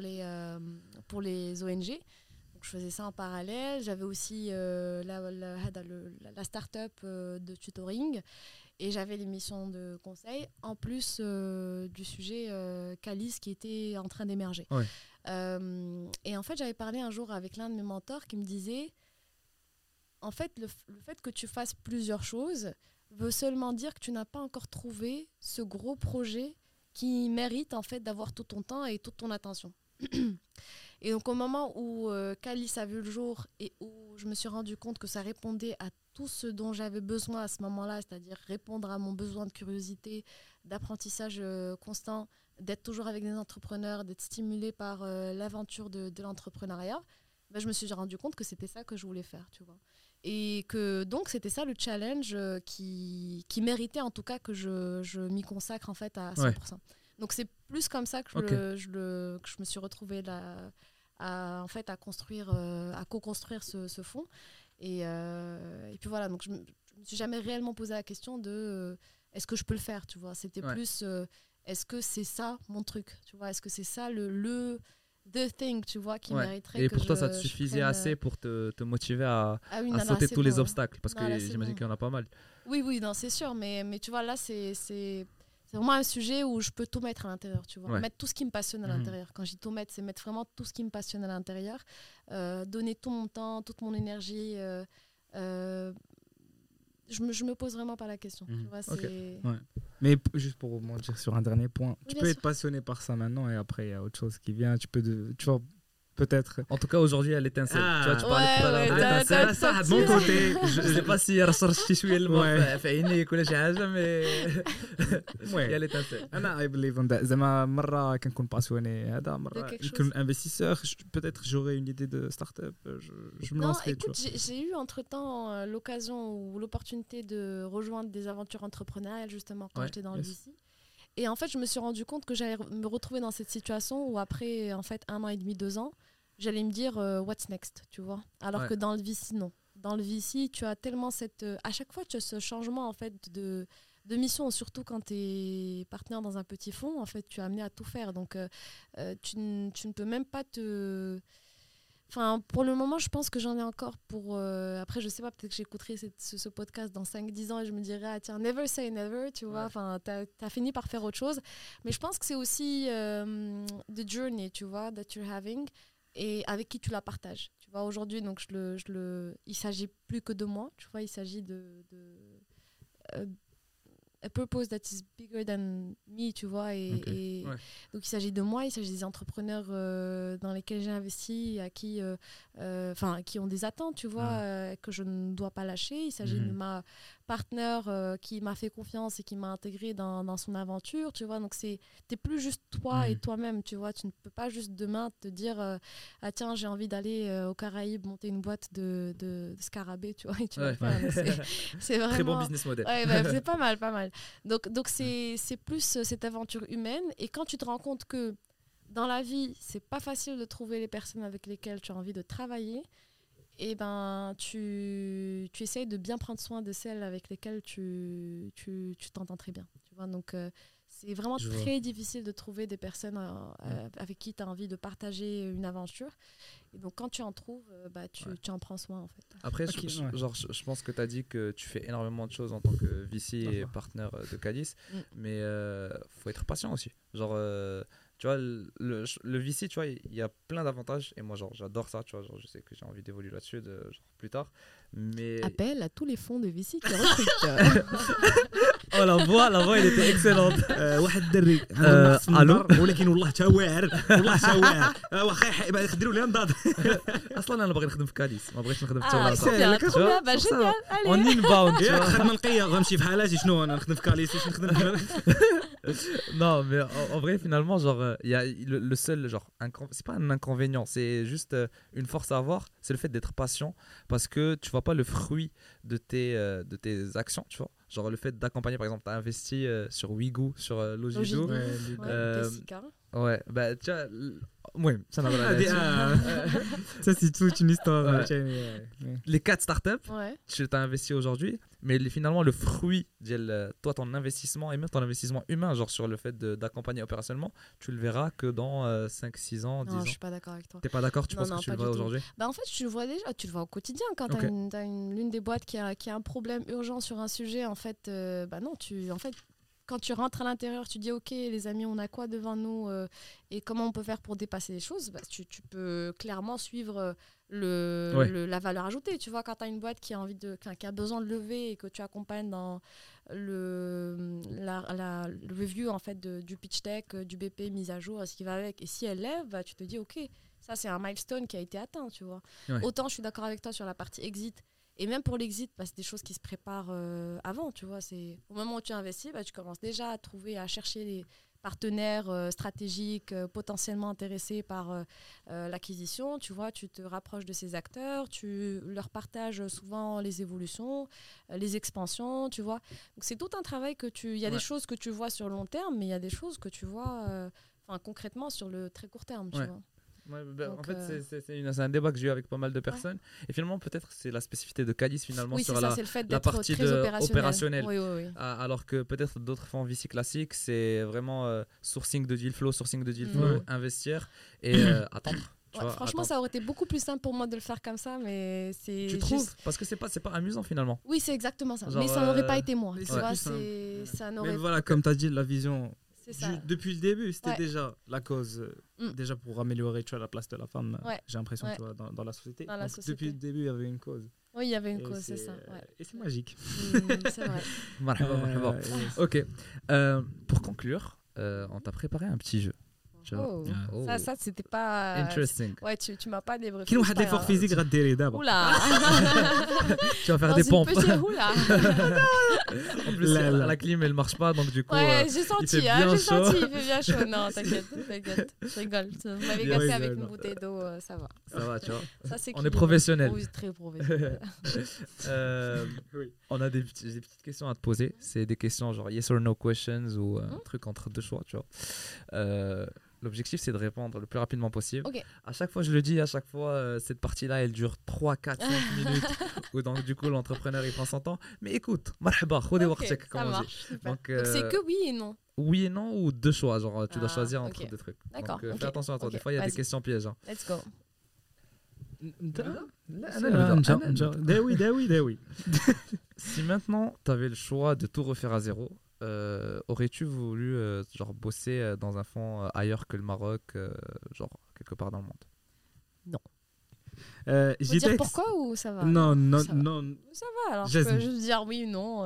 les ONG. Donc je faisais ça en parallèle. J'avais aussi la start-up de tutoring et j'avais les missions de conseil, en plus du sujet Calice qui était en train d'émerger. Ouais. Et en fait, j'avais parlé un jour avec l'un de mes mentors qui me disait, en fait, le fait que tu fasses plusieurs choses veut seulement dire que tu n'as pas encore trouvé ce gros projet qui mérite en fait d'avoir tout ton temps et toute ton attention. Et donc au moment où Calice a vu le jour et où je me suis rendu compte que ça répondait à tout ce dont j'avais besoin à ce moment-là, c'est-à-dire répondre à mon besoin de curiosité, d'apprentissage constant, d'être toujours avec des entrepreneurs, d'être stimulé par l'aventure de l'entrepreneuriat, ben, je me suis rendu compte que c'était ça que je voulais faire, tu vois. Et que donc c'était ça le challenge qui méritait en tout cas que je m'y consacre en fait à 100%. Ouais. Donc c'est plus comme ça que je me suis retrouvée là, à construire, à co-construire ce fonds. Et puis voilà, donc je me suis jamais réellement posé la question de est-ce que je peux le faire, tu vois. C'était plus est-ce que c'est ça mon truc, tu vois, est-ce que c'est ça the thing, tu vois, qui mériterait. Et pour toi, ça te suffisait assez pour te motiver à sauter tous les obstacles, parce que j'imagine qu'il y en a pas mal. Oui, non, c'est sûr, mais tu vois, là, c'est vraiment un sujet où je peux tout mettre à l'intérieur, tu vois. Mettre tout ce qui me passionne à l'intérieur. Quand je dis tout mettre, c'est mettre vraiment tout ce qui me passionne à l'intérieur. Donner tout mon temps, toute mon énergie. Je me pose vraiment pas la question. Tu vois, c'est... Ouais. Mais juste pour rebondir sur un dernier point, tu peux être passionné par ça maintenant et après il y a autre chose qui vient. Tu vois, peut-être. En tout cas, aujourd'hui, elle étincelle. Tu vois, tu parlais tout à l'heure de l'étincelle. Ça, de mon côté. Je sais pas si elle ressort شوية الماء في عينيك ولا شي حاجة, mais il y a l'étincelle. أنا I believe in that. زعما مرة كنكون باسيوني هذا مرة يكون investisseur. Peut-être j'aurais une idée de start-up. Je me lancerai. Écoute, j'ai eu entre-temps l'occasion ou l'opportunité de rejoindre des aventures entrepreneuriales justement quand j'étais dans le VC. Et en fait, je me suis rendu compte que j'allais me retrouver dans cette situation où après en fait 1 an et demi, 2 ans, j'allais me dire what's next, tu vois. Alors que dans le VC, non. Dans le VC, tu as tellement à chaque fois, tu as ce changement en fait de mission, surtout quand tu es partenaire dans un petit fonds, en fait, tu es amené à tout faire. Donc, tu ne peux même pas te... Enfin, pour le moment, je pense que j'en ai encore pour... Après, je sais pas, peut-être que j'écouterai ce podcast dans 5-10 ans et je me dirai, ah tiens, never say never, tu vois. Enfin, t'as fini par faire autre chose. Mais je pense que c'est aussi the journey, tu vois, that you're having et avec qui tu la partages. Tu vois, aujourd'hui, donc, il s'agit plus que de moi, tu vois. Il s'agit de a purpose that is bigger than me, tu vois. Et donc, il s'agit de moi, il s'agit des entrepreneurs dans lesquels j'ai investi, à qui ont des attentes, tu vois, que je ne dois pas lâcher. Il s'agit de ma partenaire qui m'a fait confiance et qui m'a intégré dans son aventure, tu vois. Donc, t'es plus juste toi et toi-même, tu vois. Tu ne peux pas juste demain te dire ah tiens, j'ai envie d'aller aux Caraïbes monter une boîte de scarabées, tu vois. Et tu vas le faire. C'est vraiment... Très bon business model. C'est pas mal. Donc c'est plus cette aventure humaine. Et quand tu te rends compte que dans la vie, c'est pas facile de trouver les personnes avec lesquelles tu as envie de travailler, et ben tu essayes de bien prendre soin de celles avec lesquelles tu t'entends très bien, tu vois. Donc c'est vraiment très difficile de trouver des personnes avec qui tu as envie de partager une aventure. Et donc quand tu en trouves, tu en prends soin en fait. Après, je pense que tu as dit que tu fais énormément de choses en tant que VC et partenaire de Calice, mais faut être patient aussi. Genre tu vois, le VC, tu vois, il y a plein d'avantages et moi j'adore ça, tu vois, je sais que j'ai envie d'évoluer là-dessus plus tard, mais appel à tous les fonds de VC qui recrutent. Oh, la voix elle était excellente. واحد الدري الو ولكن والله تا واعر واخا يخدروا لي نضاد. اصلا انا باغي نخدم في كاليس, ما بغيتش نخدم في تولاسا. جينيال. اون انباوند خدمه نقيه غنمشي في حالاتي شنو انا نخدم في كاليس واش نخدم. Non, mais en vrai, finalement, genre, il y a le seul, genre, c'est pas un inconvénient, c'est juste une force à avoir, c'est le fait d'être patient, parce que tu vois pas le fruit de tes actions, tu vois. Genre, le fait d'accompagner, par exemple, tu as investi sur Wigu, sur Logido. Ouais, ouais, bah, tu vois, المهم ça n'a rien à dire. Ça c'est toute une histoire. Les 4 startups Ouais. tu t'as investi aujourd'hui mais finalement le fruit de toi ton investissement et même ton investissement humain genre sur le fait d'accompagner opérationnellement tu le verras que dans 5-6 ans 10 Non, ans. je suis pas d'accord avec toi. T'es pas d'accord, tu Non, penses non, que tu pas le vois du tout. aujourd'hui? Bah en fait, tu le vois déjà, tu le vois au quotidien quand Ok. t'as l'une des boîtes qui a un problème urgent sur un sujet. En fait, bah non, en fait, quand tu rentres à l'intérieur, tu dis ok, les amis, on a quoi devant nous et comment on peut faire pour dépasser les choses. Bah, tu peux clairement suivre la valeur ajoutée. Tu vois, quand tu as une boîte qui a besoin de lever et que tu accompagnes dans le review en fait du pitch deck, du BP mise à jour, ce qui va avec. Et si elle lève, bah, tu te dis ok, ça c'est un milestone qui a été atteint. Tu vois. Ouais. Autant je suis d'accord avec toi sur la partie exit. Et même pour l'exit, bah, c'est des choses qui se préparent avant, tu vois. C'est au moment où tu investis, bah, tu commences déjà à chercher les partenaires stratégiques potentiellement intéressés par l'acquisition. Tu vois, tu te rapproches de ces acteurs, tu leur partages souvent les évolutions, les expansions, tu vois. Donc c'est tout un travail il y a des choses que tu vois sur le long terme, mais il y a des choses que tu vois concrètement sur le très court terme, tu vois. Ouais, Donc, en fait, c'est un débat que j'ai eu avec pas mal de personnes. Et finalement, peut-être c'est la spécificité de Cadiz finalement Oui, sur c'est ça, c'est le fait la d'être partie très opérationnel. Oui, oui, oui. Alors que peut-être d'autres fonds VC classiques, c'est vraiment sourcing de deal flow, investir et attendre. Tu vois, franchement, attendre. ça aurait été beaucoup plus simple pour moi de le faire comme ça, mais c'est. Tu trouves? Parce que c'est pas amusant finalement. Oui, c'est exactement ça. Genre, mais ça n'aurait pas été moi. mais Tu c'est vois, plus ça n'aurait. Mais voilà, comme tu as dit, la vision. C'est ça. Depuis le début, c'était Ouais. déjà la cause, déjà pour améliorer tu vois, la place de la femme, Ouais. j'ai l'impression, Ouais. tu vois, dans la société. Dans la Donc, société. depuis le début, il y avait une cause. Oui, il y avait une Et cause, c'est ça. Ouais. Et c'est magique. C'est vrai. Marhaba, marhaba. Yes. Ok. Pour conclure, on t'a préparé un petit jeu. Tu vois. Oh. Oh. Ça, c'était pas. Interesting. Ouais, tu m'as pas débriefé. كاين واحد l'effort physique غديريه دابا. Oula. Tu vas faire Dans des une pompes. petite oula. En plus, Là, là. la clim elle marche pas, donc du coup. Ouais, j'ai fait senti, bien j'ai chaud. senti, il fait bien chaud. Non, t'inquiète. Je rigole. Vous m'avez Bien gâté rigole. avec une bouteille d'eau, ça va. Ça va, tu vois. Ça, c'est On est professionnel. Oui, très professionnel. Oui. On a des petites questions à te poser. C'est des questions genre yes or no questions ou un truc entre deux choix, tu vois. L'objectif, c'est de répondre le plus rapidement possible. Ok. À chaque fois, je le dis, à chaque fois, cette partie-là, elle dure 3, 4, 5 minutes. Où donc, du coup, l'entrepreneur, il prend son temps. Mais écoute, marhaba, khodi Ok, waqtek, ça comme on dit. marche. Super. Donc, Donc, c'est que oui et non. oui et non, ou deux choix. Genre, tu dois Ah, choisir entre ok. deux trucs. D'accord, Donc, ok, fais attention à toi. ok, Des fois, il y a des vas-y. questions pièges. Hein. Let's go. داوي. Si maintenant, tu avais le choix de tout refaire à zéro, aurais-tu voulu genre bosser dans un fonds ailleurs que le Maroc, genre quelque part dans le monde? Faut dire pourquoi ou ça va? Non, non, ça va. non. Ça va, alors je Jasmine. peux juste dire oui ou non.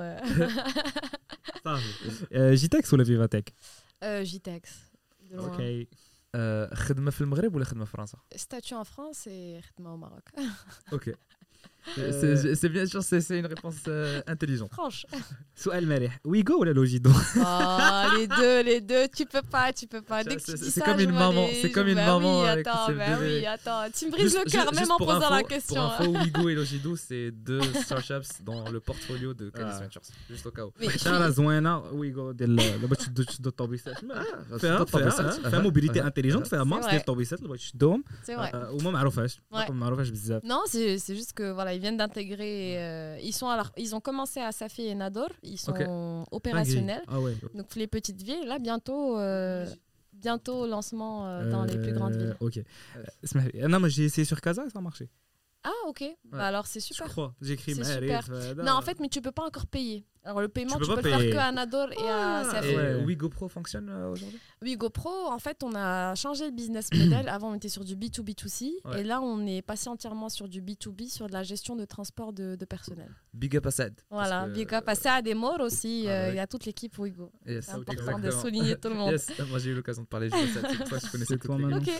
جيتكس ولا فيفاتك؟ JTEX. De loin. اوكي. خدمة في المغرب ولا خدمة في فرنسا؟ Statut en France et rythme au Maroc. Ok. C'est bien sûr, c'est une réponse intelligente. Franche. سؤال مريح. ويغو ولا لوجيدو؟ Oh, les deux, tu peux pas. Dès que tu dis C'est ça, comme je une vois maman, les- c'est comme je- une bah maman oui, avec attends, ses bah bébés. oui, attends. Tu me brises le cœur même en pour posant la info, question. Pour info, Wigo et Logido, c'est deux startups dans le portfolio de Cadiz Ventures. Juste au cas où. Mais je suis- راه زوينه ويغو ديال دابا تشدوا الطوبيسات فيها موبيليتي انتيليجنت فيها ماكس ديال الطوبيسات اللي بغيت تشدهم C'est vrai. وما معروفاش Ouais. ما معروفاش بزاف. Non, c'est juste que voilà, ils viennent d'intégrer. Ils ont commencé à Safi et Nador. Ils sont opérationnels. Ah ouais. Donc les petites villes, là bientôt lancement dans les plus grandes villes. Ok. اسمح لي انا ما j'ai essayé sur Casa ça a marché. Ah ok, bah alors c'est Je super. crois. J'écris C'est معارف super. هذا. Non, en fait, mais tu peux pas encore payer. Alors le paiement, Tu tu peux peux pas le faire payer. que à Nador et à Safi. Et Ouais. Wigo Pro fonctionne aujourd'hui? Oui, GoPro, en fait, on a changé le business model. Avant, on était sur du B2B2C. Ouais. Et là, on est passé entièrement sur du B2B, sur de la gestion de transport de personnel. Big up à Sad. Voilà, big up à ça, à des morts aussi. Ah ouais. Il y a toute l'équipe Wigo. Yes, C'est important exactement. de souligner tout le monde. Yes, moi j'ai eu l'occasion de parler de Sad, c'est pour ça que je connaissais C'est toi toutes les maintenant.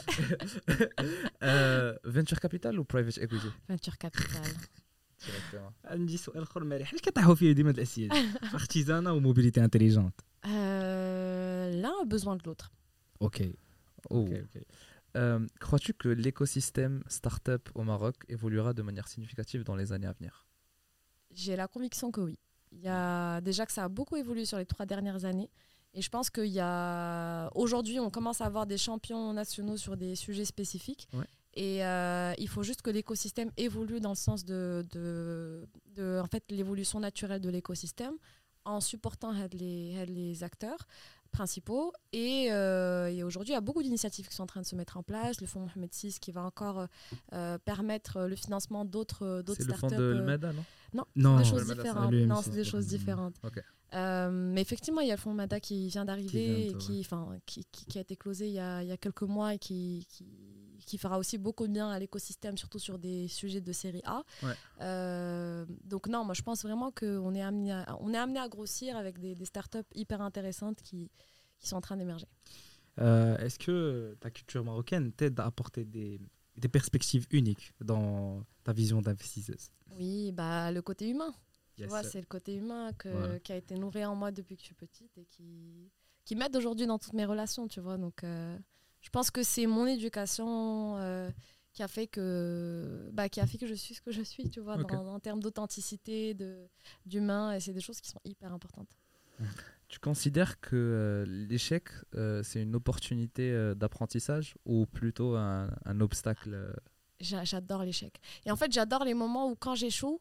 Ok. Venture capital ou private equity? Venture capital. Directement. عندي سؤال اخر مريح علاش كطيحوا فيه ديما هاد الاسئله ارتيزانا وموبيليتي انتيليجونت. L'un a besoin de l'autre. اوكي Oh. اوكي Crois-tu que l'écosystème startup au Maroc évoluera de manière significative dans les années à venir? J'ai la conviction que oui. Il y a déjà que ça a beaucoup évolué sur les 3 dernières années. Et je pense qu'il y a aujourd'hui, on commence à avoir des champions nationaux sur des sujets spécifiques. Ouais. Et il faut juste que l'écosystème évolue dans le sens de en fait, l'évolution naturelle de l'écosystème en supportant les acteurs principaux. Et aujourd'hui, il y a beaucoup d'initiatives qui sont en train de se mettre en place. Le fonds Mohamed VI qui va encore permettre le financement d'autres startups. C'est le fonds de l'Mada, non? Non, des choses différentes. Non, c'est des choses différentes. Okay. Mais effectivement, il y a le fonds Mada qui vient d'arriver et qui a été closé il y a quelques mois et qui fera aussi beaucoup de bien à l'écosystème, surtout sur des sujets de série A. Ouais. Donc non, moi je pense vraiment qu'on est amené à grossir avec des startups hyper intéressantes qui sont en train d'émerger. Est-ce que ta culture marocaine t'aide à apporter des perspectives uniques dans ta vision d'investisseuse? Oui, le côté humain. Tu vois, c'est le côté humain qui a été nourri en moi depuis que je suis petite et qui m'aide aujourd'hui dans toutes mes relations, tu vois. Donc, je pense que c'est mon éducation qui a fait que je suis ce que je suis, tu vois, en termes d'authenticité, d'humain, et c'est des choses qui sont hyper importantes. Tu considères que l'échec, c'est une opportunité d'apprentissage ou plutôt un obstacle J'adore l'échec. Et en fait, j'adore les moments où quand j'échoue,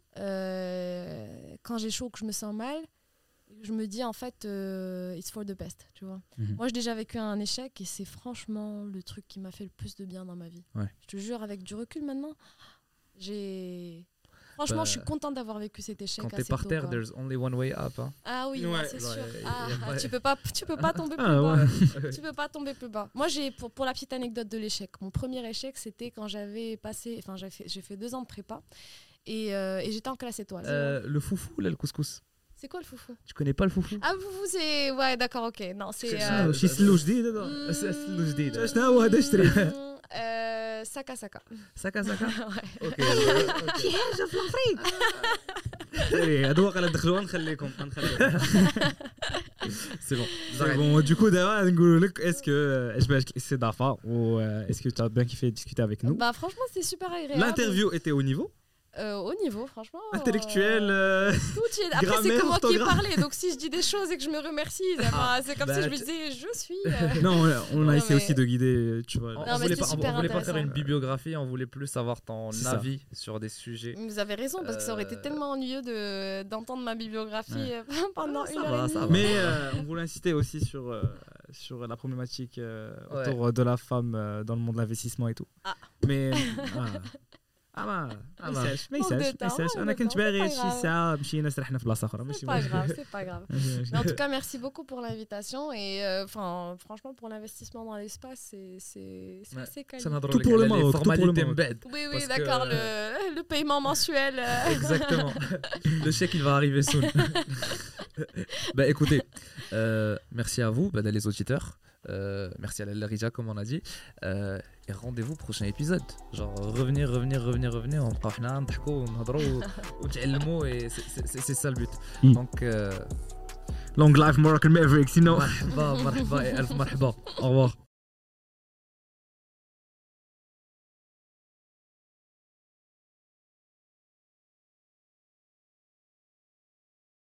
que je me sens mal, je me dis en fait, it's for the best, tu vois. Moi, j'ai déjà vécu un échec et c'est franchement le truc qui m'a fait le plus de bien dans ma vie. Ouais. Je te jure, avec du recul maintenant, franchement, je suis contente d'avoir vécu cet échec. Quand t'es par terre, there's only one way up. Hein. Ah oui, c'est sûr. Tu peux pas tomber plus bas. Tu peux pas tomber plus bas. Moi, pour la petite anecdote de l'échec, mon premier échec, c'était quand j'ai fait 2 ans de prépa et j'étais en classe étoile. Le foufou, là, le couscous. C'est quoi le foufou? Tu connais pas le foufou? Ah, foufou, c'est... Ouais, d'accord, ok. Non, c'est... شي سلو جديد هذا. سلو جديد. شنو هو هذا اشتري؟ ساكا ساكا. ساكا ساكا؟ اوكي. شي حاجة في الأفريق. سيري هادو واقيلا دخلوها نخليكم. سي بون. Du coup دابا نقولوا لك اسكو عجبك الاستضافة و اسكو tu as bien kiffé discuter avec nous? Bah franchement, c'était super agréable. L'interview était au niveau? Au niveau, franchement. Intellectuel, tout est... Après, c'est que moi qui ai parlé. Donc, si je dis des choses et que je me remercie, c'est comme si je me disais je suis. Non, on a essayé aussi de guider. Tu vois. On voulait pas faire une bibliographie, on voulait plus savoir ton avis sur des sujets. Vous avez raison, parce que ça aurait été tellement ennuyeux d'entendre ma bibliographie pendant une heure et demie. Mais on voulait insister aussi sur la problématique autour de la femme dans le monde de l'investissement et tout. Mais. ما يسالش انا كنت باغي شي ساعه مشينا سرحنا في بلاصه اخرى ماشي c'est pas grave. Mais en tout cas, merci beaucoup pour l'invitation et franchement pour l'investissement dans l'espace c'est assez calme. Tout pour le Maroc, oui, d'accord, le paiement mensuel. Exactement. Le chèque il va arriver soon. Bah écoutez, merci à vous, les auditeurs. Merci à la Rija comme on a dit et rendez-vous prochain épisode, genre revenir on parle نضحكوا ونهضروا ونتعلموا et c'est ça le but. Donc long life Moroccan Mavericks, you know. مرحبا et ألف مرحبا. Au revoir.